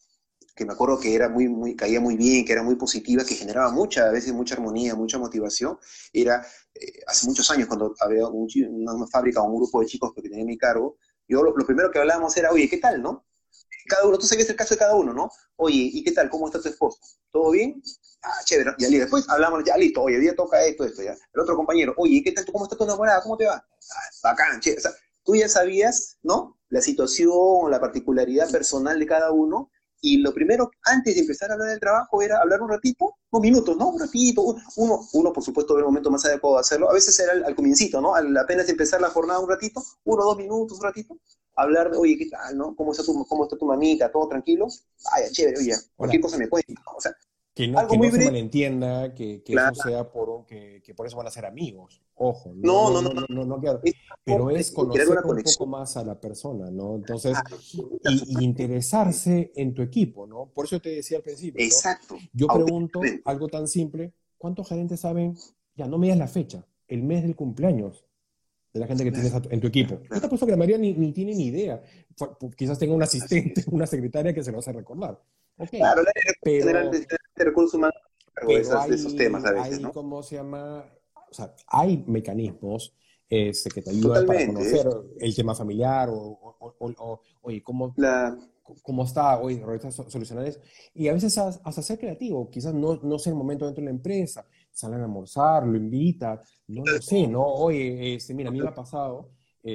que me acuerdo que era muy, muy, caía muy bien, que era muy positiva, que generaba mucha, a veces mucha armonía, mucha motivación, era eh, hace muchos años cuando había un, una, una fábrica o un grupo de chicos que tenía mi cargo, yo lo, lo primero que hablábamos era, oye, ¿qué tal, no? Cada uno, tú sabías el caso de cada uno, ¿no? Oye, ¿y qué tal? ¿Cómo está tu esposo? ¿Todo bien? Ah, chévere. Y después hablamos, ya listo, oye, día toca esto, esto, ya. El otro compañero, oye, ¿y qué tal? ¿Cómo está tu enamorada? ¿Cómo te va? Ah, bacán, chévere. O sea, tú ya sabías, ¿no? La situación, la particularidad personal de cada uno Y lo primero, antes de empezar a hablar del trabajo, era hablar un ratito, unos minutos, ¿no? Un ratito, uno, uno por supuesto, ve el momento más adecuado de hacerlo. A veces era al, al comiencito, ¿no? Al apenas empezar la jornada un ratito, uno, dos minutos, un ratito, hablar de, oye, ¿qué tal, no? ¿Cómo está tu, cómo está tu mamita? ¿Todo tranquilo? Ay, chévere, oye, cualquier Ahora, cosa me cuenta, ¿no? O sea, que no, algo que muy no se breve, malentienda, que, que eso claro. sea por un- que, que por eso van a ser amigos. Ojo, no, No, no, no, no, no, no. no, no, no queda- Es una pero forma es de crear conocer una un poco conexión. más a la persona, ¿no? Entonces, Claro, y, y interesarse en tu equipo, ¿no? Por eso te decía al principio, ¿no? exacto, Yo pregunto auténticamente. algo tan simple, ¿cuántos gerentes saben, ya no me digas la fecha, el mes del cumpleaños de la gente que tienes Claro, a tu- en tu equipo? Yo te claro. apuesto que la mayoría ni, ni tiene ni idea. Fue- pu- Quizás tenga un Así asistente, es. una secretaria que se lo hace recordar. Ok, Claro, el área general de, pero de recursos humanos a cargo de, pero esas, de esos temas hay, a veces, hay, ¿no? ¿cómo se llama? O sea, hay mecanismos este, que te ayudan para Totalmente. conocer Es el tema familiar o, o- o- o- o, oye, ¿cómo, la, cómo está hoy realizar so- solucionar eso? Y a veces has- hasta ser creativo, quizás no, no sea el momento dentro de la empresa, salen a almorzar, lo invita, no lo sé, ¿no? Oye, este, mira, a mí me ha pasado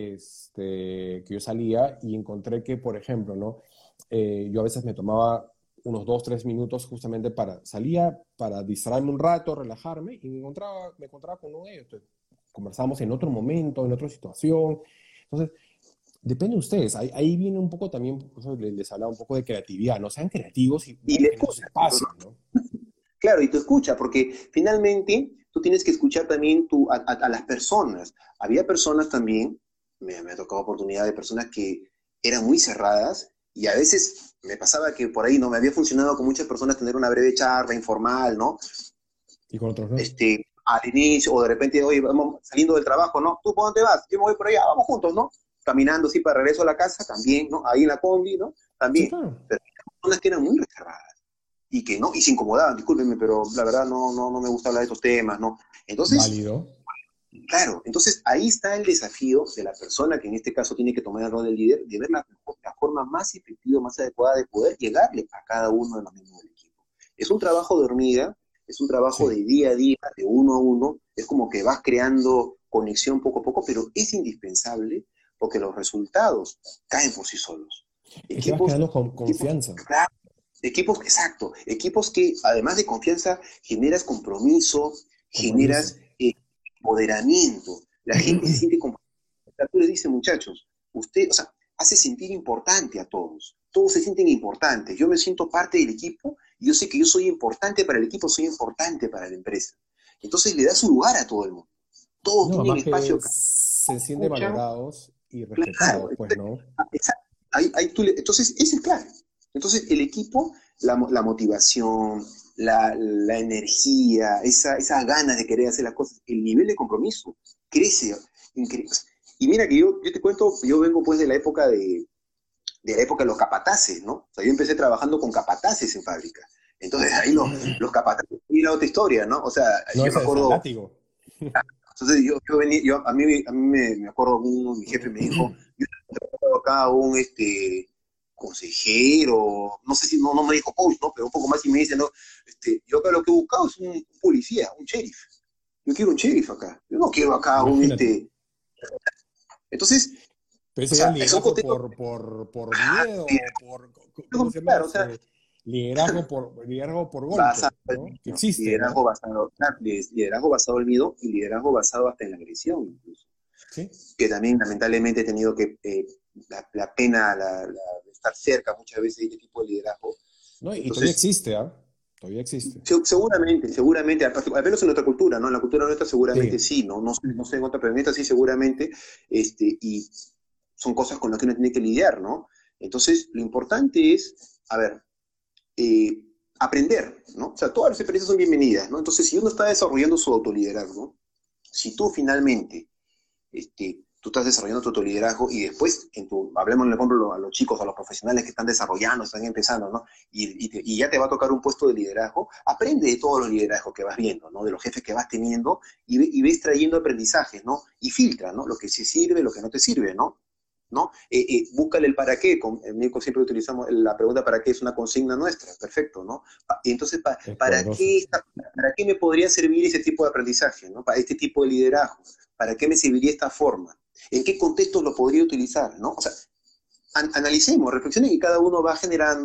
este, que yo salía y encontré que, por ejemplo, ¿no? Eh, yo a veces me tomaba unos dos, tres minutos justamente para, salía para distraerme un rato, relajarme y me encontraba, me encontraba con uno de ellos. Entonces, conversábamos en otro momento, en otra situación. Entonces, depende de ustedes. Ahí, ahí viene un poco también, por eso les, les hablaba un poco de creatividad, ¿no? Sean creativos y y le busquen esos escuchas, pues, espacios, ¿no? ¿no? Claro, y tú escucha, porque finalmente tú tienes que escuchar también tú, a, a- a las personas. Había personas también, me, me ha tocado oportunidad de personas que eran muy cerradas y a veces me pasaba que por ahí no me había funcionado con muchas personas tener una breve charla informal, ¿no? Y con otros no. Este, al inicio, o de repente, oye, vamos saliendo del trabajo, ¿no? ¿Tú por dónde vas? Yo me voy por allá, vamos juntos, ¿no? Caminando así para regreso a la casa, también, ¿no? Ahí en la combi, ¿no? Sí, También. claro. Pero hay personas que eran muy reservadas y que no, y se incomodaban, discúlpenme, pero la verdad no, no, no me gusta hablar de estos temas, ¿no? Entonces, Válido. claro, entonces ahí está el desafío de la persona que en este caso tiene que tomar el rol del líder, de ver la, la forma más efectiva, más adecuada de poder llegarle a cada uno de los miembros del equipo. Es un trabajo de hormiga, es un trabajo Sí. de día a día, de uno a uno, es como que vas creando conexión poco a poco, pero es indispensable porque los resultados caen por sí solos. Y te vas Equipos, quedando con equipos, confianza. claro, equipos, exacto, equipos que además de confianza generas compromiso, Compromiso. generas eh, empoderamiento, la gente se siente comprometida. Tú les dices, muchachos, usted, o sea, hace sentir importante a todos, todos se sienten importantes, yo me siento parte del equipo y yo sé que yo soy importante para el equipo, soy importante para la empresa. Entonces le da su lugar a todo el mundo, todos No, tienen además que espacio, se sienten escuchan, valorados y claro, respetados, pues, ¿no? exacto. Ahí, ahí tú le- entonces, ese es clave. Entonces, el equipo, la, la motivación, la, la energía, esa, esas ganas de querer hacer las cosas, el nivel de compromiso crece. Incre- y mira que yo, yo te cuento, yo vengo pues de la época de, de la época de los capataces, ¿no? O sea, yo empecé trabajando con capataces en fábrica. Entonces, ahí los, los capataces, y la otra historia, ¿no? O sea, No, yo me ese es el acuerdo, látigo. entonces yo, yo venía, yo, a mí, a mí me, me acuerdo, un, mi jefe me dijo, yo tengo acá un este, consejero, no sé si, no, no me dijo coach, ¿no? Pero un poco más y me dice, no, este, yo acá lo que he buscado es un policía, un sheriff. Yo quiero un sheriff acá. Yo no quiero acá un Imagínate. este. Entonces, Pero o ese ya es sea, son liderazgo contextos por, por, por miedo, por, ¿cómo se llama? claro, o sea, Ese liderazgo por, liderazgo por basado golpe, en el ¿no? Que miedo, existe, liderazgo ¿no? basado, claro, liderazgo basado en el miedo y liderazgo basado hasta en la agresión incluso. Sí. Que también lamentablemente he tenido que, eh, la, la, pena la, la, de estar cerca muchas veces de este tipo de liderazgo. No, y todavía Entonces, existe, ¿ah? ¿eh? Todavía existe. seguramente, seguramente, al menos en nuestra cultura, ¿no? En la cultura nuestra seguramente Sí. sí, ¿no? No, no sé en otra, pero en esta sí seguramente, este, y son cosas con las que uno tiene que lidiar, ¿no? Entonces, lo importante es, a ver, eh, aprender, ¿no? O sea, todas las experiencias son bienvenidas, ¿no? Entonces, si uno está desarrollando su autoliderazgo, si tú finalmente este, tú estás desarrollando tu autoliderazgo y después, en tu, hablemos, por ejemplo, a los chicos, a los profesionales que están desarrollando, están empezando, ¿no? Y, y, te, y ya te va a tocar un puesto de liderazgo, aprende de todos los liderazgos que vas viendo, ¿no? De los jefes que vas teniendo y, ve, y ves trayendo aprendizajes, ¿no? Y filtra, ¿no? Lo que sí sirve, lo que no te sirve, ¿no? ¿No? Eh, eh, búscale el para qué. Con, en Mirko siempre utilizamos la pregunta para qué, es una consigna nuestra, perfecto, ¿no? Entonces, pa, Es ¿para, poderoso. qué, ¿para qué me podría servir ese tipo de aprendizaje, ¿no? Para este tipo de liderazgo. ¿Para qué me serviría esta forma? ¿En qué contextos lo podría utilizar? ¿No? O sea, an analicemos, reflexionen y cada uno va generando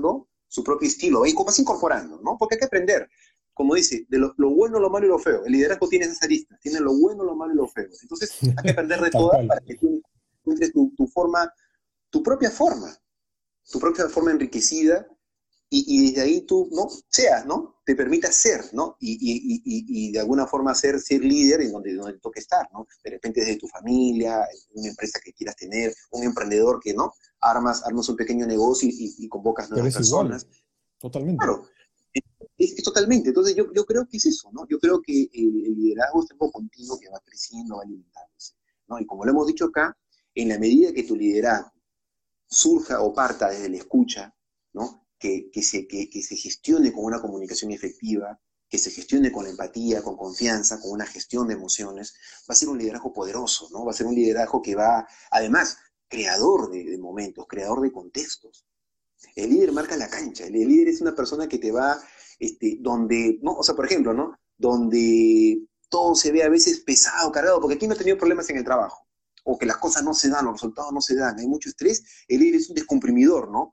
su propio estilo, y vas incorporando, ¿no? Porque hay que aprender, como dice, de lo, lo bueno, lo malo y lo feo. El liderazgo tiene esas aristas, tiene lo bueno, lo malo y lo feo. Entonces, hay que aprender de Tal todas cual. para que tú encuentres tu, tu forma, tu propia forma, tu propia forma enriquecida, y, y desde ahí tú, ¿no? Seas, ¿no? Te permita ser, ¿no? Y, y, y, y de alguna forma ser, ser líder en donde, donde toque estar, ¿no? De repente desde tu familia, una empresa que quieras tener, un emprendedor que, ¿no? Armas, armas un pequeño negocio y, y convocas Pero nuevas es igual, personas. totalmente. Claro, es, es totalmente. Entonces yo, yo creo que es eso, ¿no? Yo creo que el, el liderazgo es algo continuo que va creciendo, va alimentándose, ¿no? Y como lo hemos dicho acá, en la medida que tu liderazgo surja o parta desde la escucha, ¿no? Que, que, se, que, que se gestione con una comunicación efectiva, que se gestione con empatía, con confianza, con una gestión de emociones, va a ser un liderazgo poderoso, ¿no? Va a ser un liderazgo que va, además, creador de, de momentos, creador de contextos. El líder marca la cancha, el líder es una persona que te va, este, donde, ¿no? O sea, por ejemplo, ¿no? Donde todo se ve a veces pesado, cargado, porque aquí no he tenido problemas en el trabajo, o que las cosas no se dan, los resultados no se dan, hay mucho estrés, el líder es un descomprimidor, ¿no?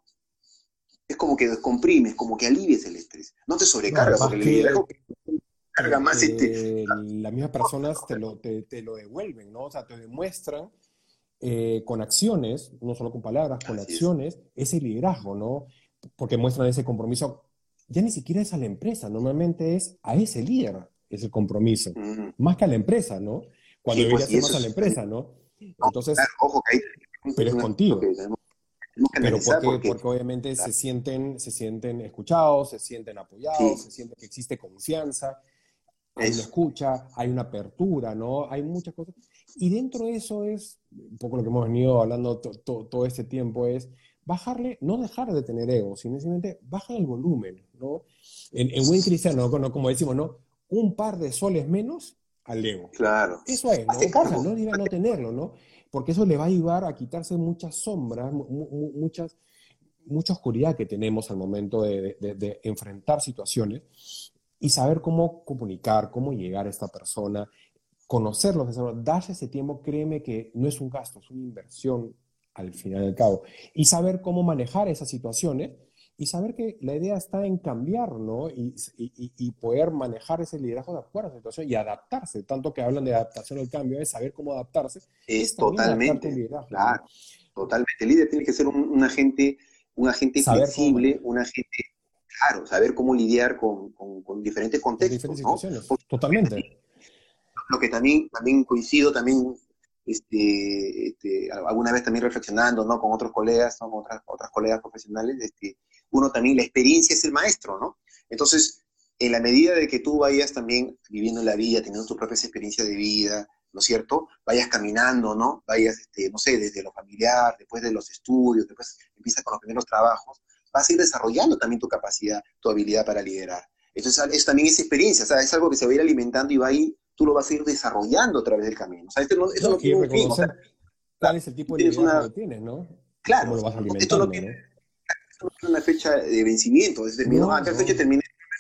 Es como que descomprimes, como que alivies el estrés. No te No, sobrecarga, porque además el que, liderazgo carga que, más este. que las mismas personas te lo, te, te lo devuelven, ¿no? O sea, te demuestran eh, con acciones, no solo con palabras, con Así es. acciones, ese liderazgo, ¿no? Porque muestran ese compromiso. Ya ni siquiera es a la empresa, normalmente es a ese líder, es el compromiso, Mm, más que a la empresa, ¿no? Cuando sí, debería pues, y ser eso más a la es. empresa, ¿no? Claro, Entonces, ojo, que ahí pero es es un aspecto contigo. que tenemos, tenemos que Pero analizar porque, porque, porque obviamente se claro, sienten, se sienten escuchados, se sienten apoyados, sí, se siente que existe confianza, hay una eso. escucha, hay una apertura, ¿no? Hay muchas cosas. Y dentro de eso es, un poco lo que hemos venido hablando to, to, todo este tiempo, es bajarle, no dejar de tener ego, sino simplemente baja el volumen, ¿no? En, en buen cristiano, ¿no? Como decimos, ¿no? Un par de soles menos al ego. Claro. Eso es, Hazte ¿no? O sea, cargo. no diga no tenerlo, ¿no? Porque eso le va a ayudar a quitarse muchas sombras, mu- mu- muchas, mucha oscuridad que tenemos al momento de, de, de enfrentar situaciones y saber cómo comunicar, cómo llegar a esta persona, conocerlos, darse ese tiempo, créeme que no es un gasto, es una inversión al final y al cabo. Y saber cómo manejar esas situaciones y saber que la idea está en cambiar, ¿no? Y, y, y poder manejar ese liderazgo de acuerdo a la situación y adaptarse. Tanto que hablan de adaptación al cambio, es saber cómo adaptarse, es Es también adaptar tu totalmente, liderazgo, ¿no? claro, totalmente. El líder tiene que ser un, un agente, un agente Saber cómo flexible, manejar un agente, claro, saber cómo lidiar con, con, con diferentes con diferentes contextos, ¿no? situaciones. Porque Totalmente. lo que también, también coincido, también, este, este, alguna vez también reflexionando, ¿no? Con otros colegas, ¿no? Con otras, otras colegas profesionales, este, uno también, la experiencia es el maestro, ¿no? Entonces, en la medida de que tú vayas también viviendo la vida, teniendo tus propias experiencias de vida, ¿no es cierto? Vayas caminando, ¿no? Vayas, este, no sé, desde lo familiar, después de los estudios, después empiezas con los primeros trabajos, vas a ir desarrollando también tu capacidad, tu habilidad para liderar. Entonces, eso también es experiencia, o sea, es algo que se va a ir alimentando y va a ir, tú lo vas a ir desarrollando a través del camino. O sea, esto no, esto ¿No? no Y tiene un fin, o sea, reconocer cuál claro, es el tipo tú de tienes liderazgo una, que tienes, ¿no? Y cómo claro, lo vas esto no alimentando, tiene, ¿no? esto no tiene una fecha de vencimiento, es terminó, ah, No, ¿qué fecha no. termina?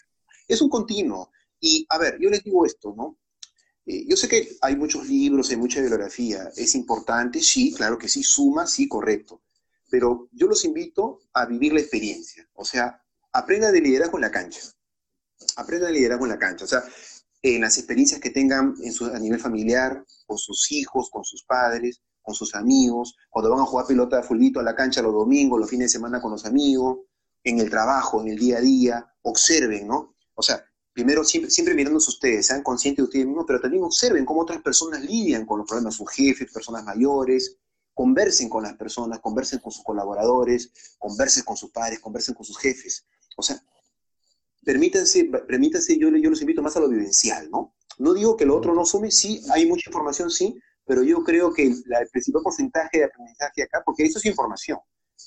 Es un continuo. Y, a ver, yo les digo esto, ¿no? Eh, yo sé que hay muchos libros, hay mucha bibliografía, es importante, sí, claro que sí, suma, sí, correcto, pero yo los invito a vivir la experiencia, o sea, aprenda de liderazgo en la cancha, aprenda de liderazgo en la cancha, o sea, en las experiencias que tengan en su, a nivel familiar, con sus hijos, con sus padres, con sus amigos, cuando van a jugar pelota de fulbito a la cancha los domingos, los fines de semana con los amigos, en el trabajo, en el día a día, observen, ¿no? O sea, primero siempre, siempre mirándose ustedes, sean conscientes de ustedes mismos, pero también observen cómo otras personas lidian con los problemas, sus jefes, personas mayores, conversen con las personas, conversen con sus colaboradores, conversen con sus padres, conversen con sus jefes. O sea, permítanse, permítanse yo, yo los invito más a lo vivencial, ¿no? No digo que lo otro no sume, sí, hay mucha información, sí, pero yo creo que la, el principal porcentaje de aprendizaje acá, porque eso es información,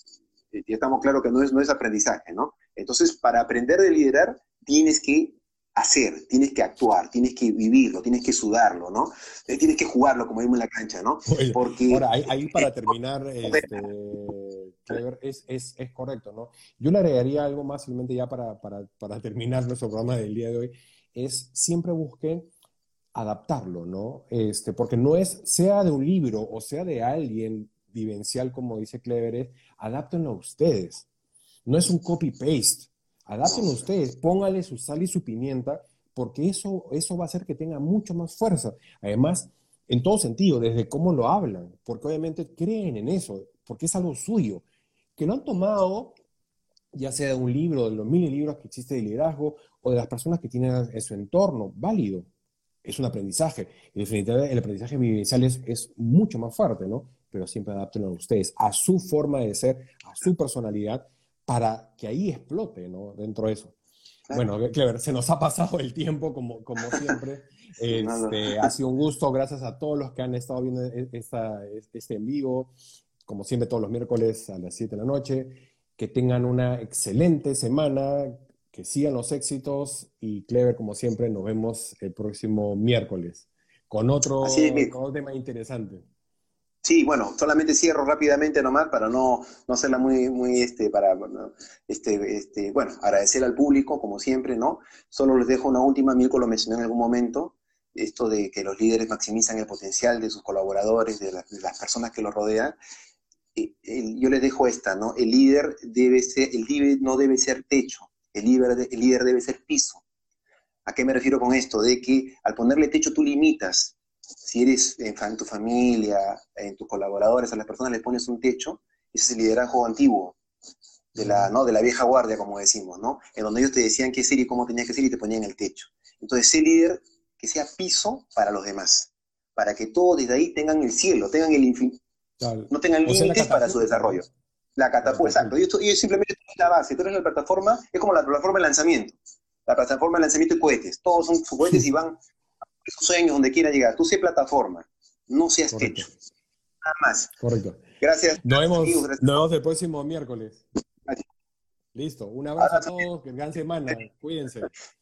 eh, ya estamos claros que no es, no es aprendizaje, ¿no? Entonces, para aprender de liderar, tienes que hacer, tienes que actuar, tienes que vivirlo, tienes que sudarlo, ¿no? Eh, tienes que jugarlo, como vimos en la cancha, ¿no? Oye, Porque ahora, ahí, ahí para terminar, este, Clever, es, es, es correcto, ¿no? Yo le agregaría algo más, simplemente ya para, para, para terminar nuestro programa del día de hoy, es siempre busquen adaptarlo, ¿no? Este, porque no es, sea de un libro o sea de alguien vivencial, como dice Clever, es adáptenlo a ustedes. No es un copy-paste. Adapten No. ustedes, póngale su sal y su pimienta, porque eso, eso va a hacer que tenga mucho más fuerza. Además, en todo sentido, desde cómo lo hablan, porque obviamente creen en eso, porque es algo suyo, que lo han tomado ya sea de un libro, de los mil libros que existe de liderazgo, o de las personas que tienen en su entorno, válido. Es un aprendizaje. Y definitivamente el aprendizaje vivencial es, es mucho más fuerte, ¿no? Pero siempre adaptenlo a ustedes, a su forma de ser, a su personalidad, para que ahí explote, ¿no? Dentro de eso. Claro. Bueno, Clever, se nos ha pasado el tiempo como, como siempre. Sí, no, no. Este, ha sido un gusto, gracias a todos los que han estado viendo esta, este en vivo, como siempre todos los miércoles a las siete de la noche. Que tengan una excelente semana, que sigan los éxitos y Clever, como siempre, nos vemos el próximo miércoles con Así es, otro, Mirko. con otro tema interesante. Sí, bueno, solamente cierro rápidamente nomás para no, no hacerla muy, muy, este, para, bueno, este, este, bueno, agradecer al público, como siempre, ¿no? Solo les dejo una última, Mirko lo mencioné en algún momento, esto de que los líderes maximizan el potencial de sus colaboradores, de, la, de las personas que los rodean. Eh, el, yo les dejo esta, ¿no? El líder debe ser, el líder no debe ser techo, el líder, el líder debe ser piso. ¿A qué me refiero con esto? De que al ponerle techo tú limitas. Si eres en tu familia, en tus colaboradores, a las personas les pones un techo, ese es el liderazgo antiguo, de la, ¿no? de la vieja guardia, como decimos, ¿no? En donde ellos te decían qué ser y cómo tenías que ser y te ponían el techo. Entonces, sé líder que sea piso para los demás, para que todos desde ahí tengan el cielo, tengan el infinito, no tengan O sea, la límites para su catapulta, desarrollo. ¿no? La La catapulta, exacto. catapulta. Y esto, y simplemente es la base. Tú eres la plataforma, es como la plataforma de lanzamiento. La plataforma de lanzamiento de cohetes. Todos son cohetes y van a sus sueños donde quiera llegar. Tú sé plataforma, no seas Correcto, techo. Nada más. correcto. Gracias, Nos amigos. vemos, Gracias. nos vemos el próximo miércoles. Listo. Un abrazo a Abrazo. todos, que gran semana. Cuídense.